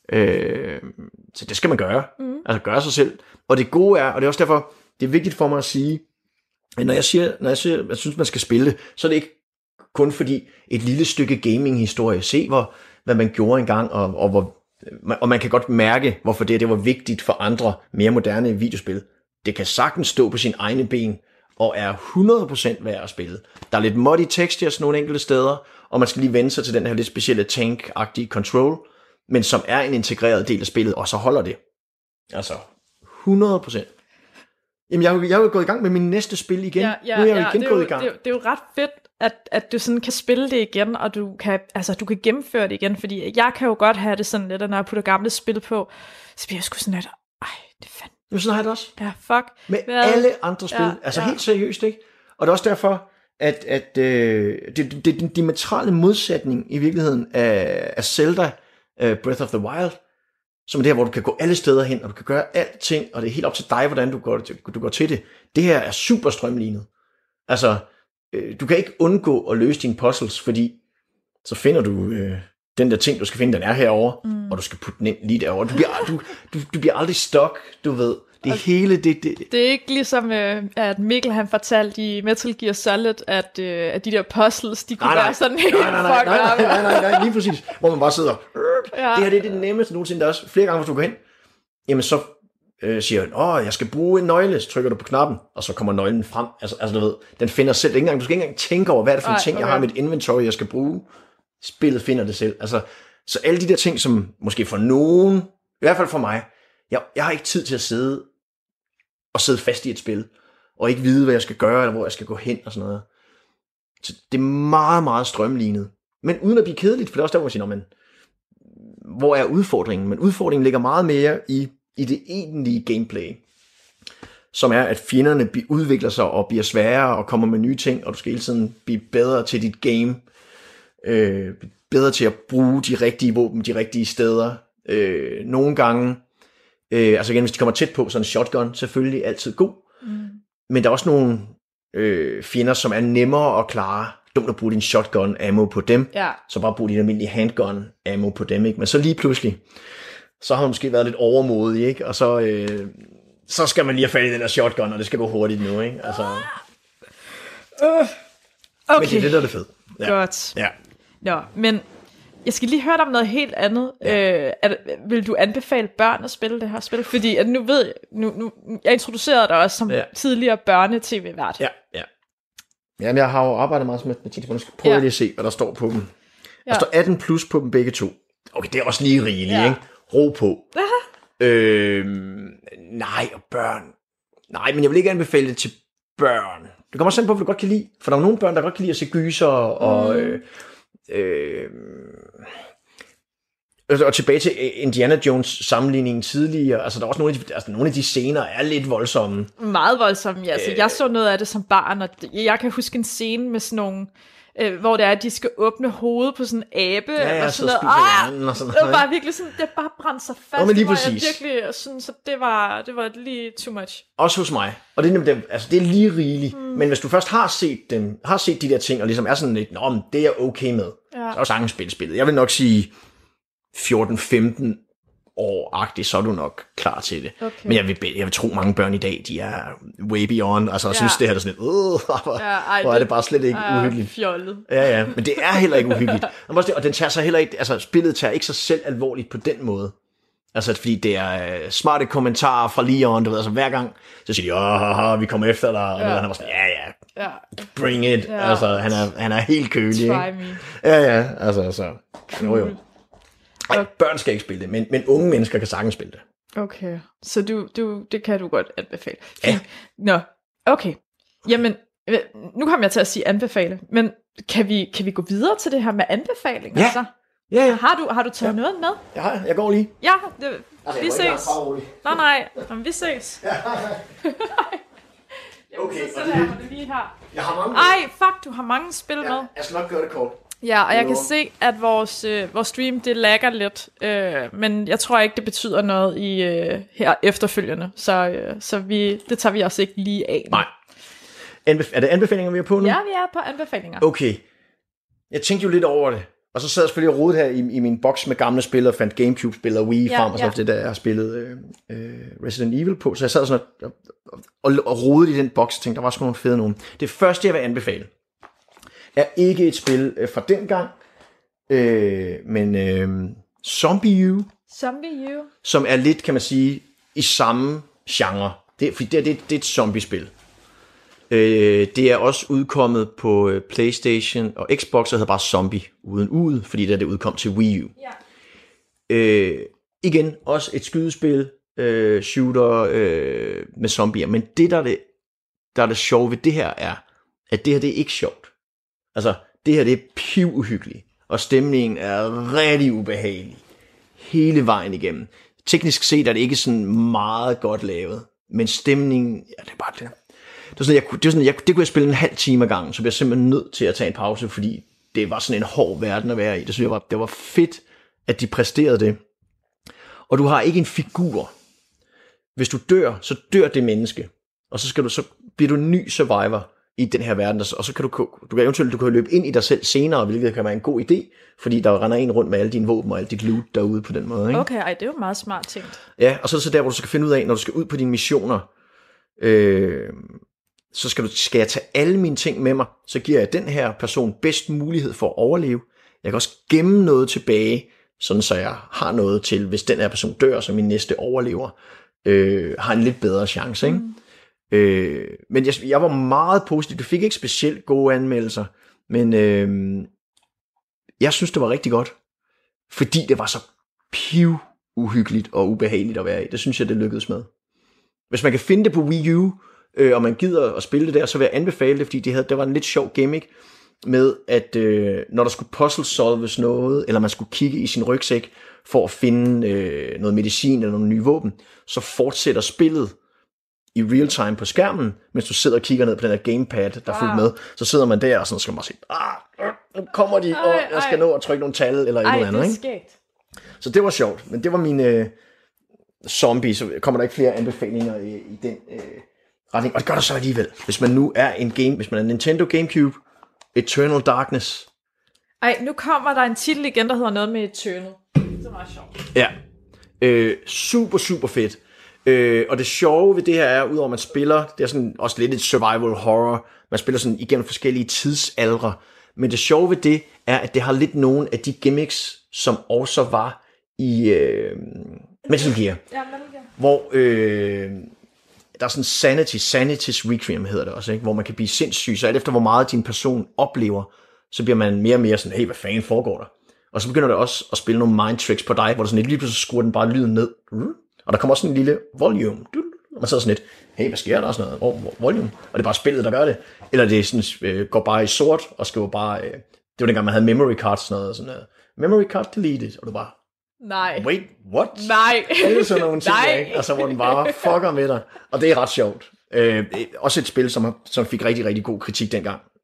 Øh, så det skal man gøre. Mm. Altså gøre sig selv. Og det gode er, og det er også derfor, det er vigtigt for mig at sige, at når jeg siger, når jeg siger, at jeg synes, man skal spille det, så er det ikke kun fordi et lille stykke gaming-historie. Se, hvor, hvad man gjorde engang, og, og, hvor, og man kan godt mærke, hvorfor det, det var vigtigt for andre mere moderne videospil. Det kan sagtens stå på sine egne ben, og er hundrede procent værd at spille. Der er lidt muddy textures nogle enkelte steder, og man skal lige vende sig til den her lidt specielle tank-agtige control, men som er en integreret del af spillet, og så holder det. Altså, hundrede procent. Jamen, jeg, jeg er jo gået i gang med min næste spil igen. Ja, ja, nu er jeg jo ja, igen det gået jo, i gang. Det er, jo, det er jo ret fedt, at, at du sådan kan spille det igen, og du kan, altså, du kan gennemføre det igen, fordi jeg kan jo godt have det sådan lidt, at når jeg putter gamle spil på, så bliver jeg sgu sådan lidt, ej, det er fandme. Jamen, sådan har jeg det også. Ja, fuck. Med Hvad? alle andre spil. Ja, altså ja. helt seriøst, ikke? Og det er også derfor, at, at øh, det, det, det er den diametrale modsætning i virkeligheden af, af Zelda uh, Breath of the Wild, som er det her, hvor du kan gå alle steder hen, og du kan gøre alting, og det er helt op til dig, hvordan du går, du går til det. Det her er super strømlignet. Altså, øh, du kan ikke undgå at løse dine puzzles, fordi så finder du øh, den der ting, du skal finde, den er herovre, mm. og du skal putte den ind lige derovre. Du bliver, du, du, du bliver aldrig stuck, du ved. Det altså, hele, det, det... Det er ikke ligesom, øh, at Mikkel han fortalte i Metal Gear Solid, at, øh, at de der puzzles, de kunne nej, nej, være sådan helt nej, nej, nej, nej, nej, nej, nej, nej, lige præcis. Hvor man bare sidder, ja. Det her det er det nemmeste nogensinde, der også flere gange, hvis du går hen, jamen så øh, siger han, åh, jeg skal bruge en nøgle, så trykker du på knappen, og så kommer nøglen frem. Altså, altså du ved, den finder selv, ikke engang, du skal ikke engang tænke over, hvad er det for en ting, okay. jeg har i mit inventory, jeg skal bruge. Spillet finder det selv. Altså, så alle de der ting, som måske for nogen, i hvert fald for mig, jeg, jeg har ikke tid til at sidde og sidde fast i et spil, og ikke vide, hvad jeg skal gøre, eller hvor jeg skal gå hen, og sådan noget. Så det er meget, meget strømlignet. Men uden at blive kedeligt, for det er også der, hvor jeg siger, men hvor er udfordringen? Men udfordringen ligger meget mere i, i det egentlige gameplay, som er, at fjenderne udvikler sig og bliver sværere, og kommer med nye ting, og du skal hele tiden blive bedre til dit game, øh, bedre til at bruge de rigtige våben, de rigtige steder. Øh, nogle gange, Øh, altså igen, hvis de kommer tæt på, så en shotgun selvfølgelig altid god. Mm. Men der er også nogle øh, fjender, som er nemmere at klare. Dumt at bruge din shotgun ammo på dem. Ja. Så bare bruge din almindelige handgun ammo på dem. Ikke? Men så lige pludselig, så har man måske været lidt overmodig, ikke? Og så, øh, så skal man lige have fat i den der shotgun, og det skal gå hurtigt nu. Ikke? Altså, uh, okay. Men det er det, der er det fedt. Ja. Godt. Ja. Nå, men jeg skal lige høre dig om noget helt andet. Ja. Øh, er, vil du anbefale børn at spille det her spil? Fordi at nu ved jeg, nu, nu, jeg introducerede dig også som ja. tidligere børne-tv-vært. Ja, ja. Jamen, jeg har jo arbejdet meget med matematik, så nu skal prøve ja. lige at se, hvad der står på dem. Der ja. står atten plus på dem begge to. Okay, det er også lige rigeligt, ja. ikke? Ro på. øh, nej, og børn. Nej, men jeg vil ikke anbefale det til børn. Det kommer også an på, hvad du godt kan lide. For der er nogle børn, der godt kan lide at se gyser og... Mm. Øh, Øh, og tilbage til Indiana Jones sammenligningen tidligere, altså der er også nogle af de, altså nogle af de scener er lidt voldsomme. Meget voldsomme, ja. Altså, øh, jeg så noget af det som barn, og jeg kan huske en scene med sådan nogle øh, hvor det er, at de skal åbne hovedet på sådan en abe, Ja, ja, og så sådan noget. spiser Ah, hjernen og sådan det var noget, bare virkelig sådan, det bare brændte sig fast. Nå, men lige det var præcis. jeg virkelig sådan, så det var, det var lige too much. Også hos mig. Og det er nemlig, altså det er lige rigeligt. Mm. Men hvis du først har set dem, har set de der ting, og ligesom er sådan lidt, nå, men det er jeg okay med, ja. Så er jo sagtens spillet spillet. Jeg vil nok sige fjorten femten år-agtigt, så er du nok klar til det. Okay. Men jeg vil, jeg vil tro, mange børn i dag, de er way beyond, altså jeg ja. synes, det her er sådan lidt, øh, hvor, ja, ej, hvor er det bare slet ikke ej, uhyggeligt. Fjollet. Ja, ja, men det er heller ikke uhyggeligt. Og den tager sig heller ikke, altså spillet tager ikke sig selv alvorligt på den måde. Altså, fordi det er uh, smarte kommentarer fra Leon, du ved, altså hver gang, så siger de, åh, vi kommer efter dig, og ja. han er bare sådan, ja, ja, ja, bring it, ja. Altså, han er, han er helt kølig, try ikke? me. Ja, ja, altså, så, jo, jo. Ej, børn skal ikke spille det, men, men unge mennesker kan sagtens spille det. Okay, så du, du, det kan du godt anbefale. Ja. Nå, okay. Jamen, nu kommer jeg til at sige anbefale, men kan vi, kan vi gå videre til det her med anbefalinger? Ja. Så? Ja, ja. Har du, har du taget ja. noget med? Ja, jeg går lige. Ja, det, altså, vi ses. Nej, nej, Jamen, vi ses. Ja, okay, så og sætter det, jeg mig lige her. Jeg har mange Ej, fuck, du har mange spil ja, med. Jeg skal nok gøre det kort. Ja, og jeg kan se, at vores, øh, vores stream, det lagger lidt, øh, men jeg tror ikke, det betyder noget i øh, her efterfølgende, så, øh, så vi, det tager vi også ikke lige af. Nej. Anbef- er det anbefalinger, vi er på nu? Ja, vi er på anbefalinger. Okay. Jeg tænkte jo lidt over det, og så sad jeg selvfølgelig og rodede her i, i min boks med gamle spil, og fandt Gamecube-spil og Wii ja, frem, og så ja. det der, jeg har spillet øh, øh, Resident Evil på, så jeg sad sådan og, og, og, og rodede i den boks, og tænkte, der var sgu nogle fede nogen. Det første, jeg vil anbefale, er ikke et spil øh, fra den gang, øh, men øh, Zombie U. Zombie U. Som er lidt, kan man sige, i samme genre. Det, fordi det, det, det er et zombiespil. Øh, det er også udkommet på øh, PlayStation og Xbox, og hedder bare Zombie uden ud, fordi der det udkom til Wii U. Ja. Øh, igen, også et skydespil, øh, shooter øh, med zombier. Men det der, er det, der er det sjove ved det her, er, at det her, det er ikke sjovt. Altså, det her, det er piv uhyggeligt, og stemningen er rigtig ubehagelig hele vejen igennem. Teknisk set er det ikke sådan meget godt lavet, men stemningen, ja, det er bare det. Det var sådan, jeg, det, var sådan, jeg, det kunne jeg spille en halv time ad gangen, så blev jeg simpelthen nødt til at tage en pause, fordi det var sådan en hård verden at være i. Det synes jeg var, det var fedt, at de præsterede det. Og du har ikke en figur. Hvis du dør, så dør det menneske, og så, skal du, så bliver du en ny survivor i den her verden, og så kan du, du kan eventuelt du kan løbe ind i dig selv senere, hvilket kan være en god idé, fordi der render en rundt med alle dine våben og alt dit loot derude på den måde. Ikke? Okay, ej, det er jo meget smart tænkt. Ja, og så er det så der, hvor du skal finde ud af, når du skal ud på dine missioner, øh, så skal, du, skal jeg tage alle mine ting med mig, så giver jeg den her person bedst mulighed for at overleve. Jeg kan også gemme noget tilbage, sådan så jeg har noget til, hvis den her person dør, så min næste overlever, øh, har en lidt bedre chance, ikke? Mm. Øh, men jeg, jeg var meget positiv. Du fik ikke specielt gode anmeldelser, men øh, jeg synes det var rigtig godt, fordi det var så piv uhyggeligt og ubehageligt at være i. Det synes jeg det lykkedes med. Hvis man kan finde det på Wii U, øh, og man gider at spille det der, så vil jeg anbefale det, fordi det, havde, det var en lidt sjov gimmick med at øh, når der skulle puzzle solves noget, eller man skulle kigge i sin rygsæk for at finde øh, noget medicin eller nogle nye våben, så fortsætter spillet i real time på skærmen, mens du sidder og kigger ned på den der gamepad, der er fuldt med, så sidder man der, og sådan skal man sige, ah, nu kommer de, og jeg skal nå at trykke nogle tal, eller et ej, eller andet. Det er ikke? Så det var sjovt, men det var min øh, zombie, så kommer der ikke flere anbefalinger i, i den øh, retning, og det gør der så alligevel, hvis man nu er en game, hvis man er Nintendo Gamecube, Eternal Darkness. Ej, nu kommer der en titel igen, der hedder noget med Eternal. Det er meget sjovt. Ja, øh, super, super fedt. Øh, og det sjove ved det her er, udover at man spiller, det er sådan også lidt et survival horror, man spiller sådan igennem forskellige tidsaldre, men det sjove ved det er, at det har lidt nogle af de gimmicks, som også var i øh, Metal Gear, ja, Metal Gear. Hvor øh, der er sådan Sanity, Sanity's Requiem hedder det også, ikke? Hvor man kan blive sindssyg, så alt efter hvor meget din person oplever, så bliver man mere og mere sådan, hey, hvad fanden foregår der? Og så begynder det også at spille nogle mind tricks på dig, hvor der sådan lidt lige pludselig skruer den bare lyden ned, og der kommer også sådan en lille volume, og man sidder sådan lidt, hey, hvad sker der, og sådan noget, oh, volume, og det er bare spillet, der gør det, eller det er sådan, øh, går bare i sort, og skriver bare, øh, det var dengang, man havde memory cards, sådan noget, sådan noget, memory card deleted, og du bare, nej, wait, what? Nej. Alle sådan nogle ting, Nej. ikke? Altså, hvor den bare fucker med dig, og det er ret sjovt. Øh, også et spil, som, som fik rigtig, rigtig god kritik dengang,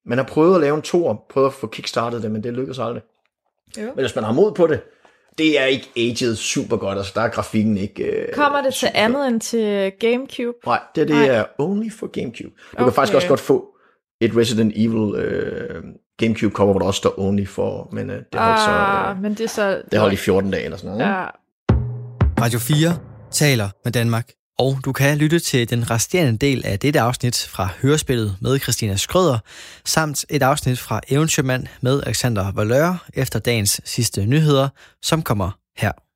Man har prøvet at lave en toer, prøvet at få kickstartet det, men det lykkedes aldrig. Jo. Men hvis man har mod på det, det er ikke aged super godt, altså der er grafikken ikke... Øh, Kommer det til andet godt. End til GameCube? Nej, det, det Nej. er only for GameCube. Du okay. kan faktisk også godt få et Resident Evil øh, GameCube cover, hvor der også står only for, men øh, det holdt ah, så... Øh, men det er så... Det holdt i fjorten dage eller sådan noget. Ja. Radio fire taler med Danmark. Og du kan lytte til den resterende del af dette afsnit fra Hørespillet med Christina Skrøder, samt et afsnit fra Eventyrmand med Alexander Valeur efter dagens sidste nyheder, som kommer her.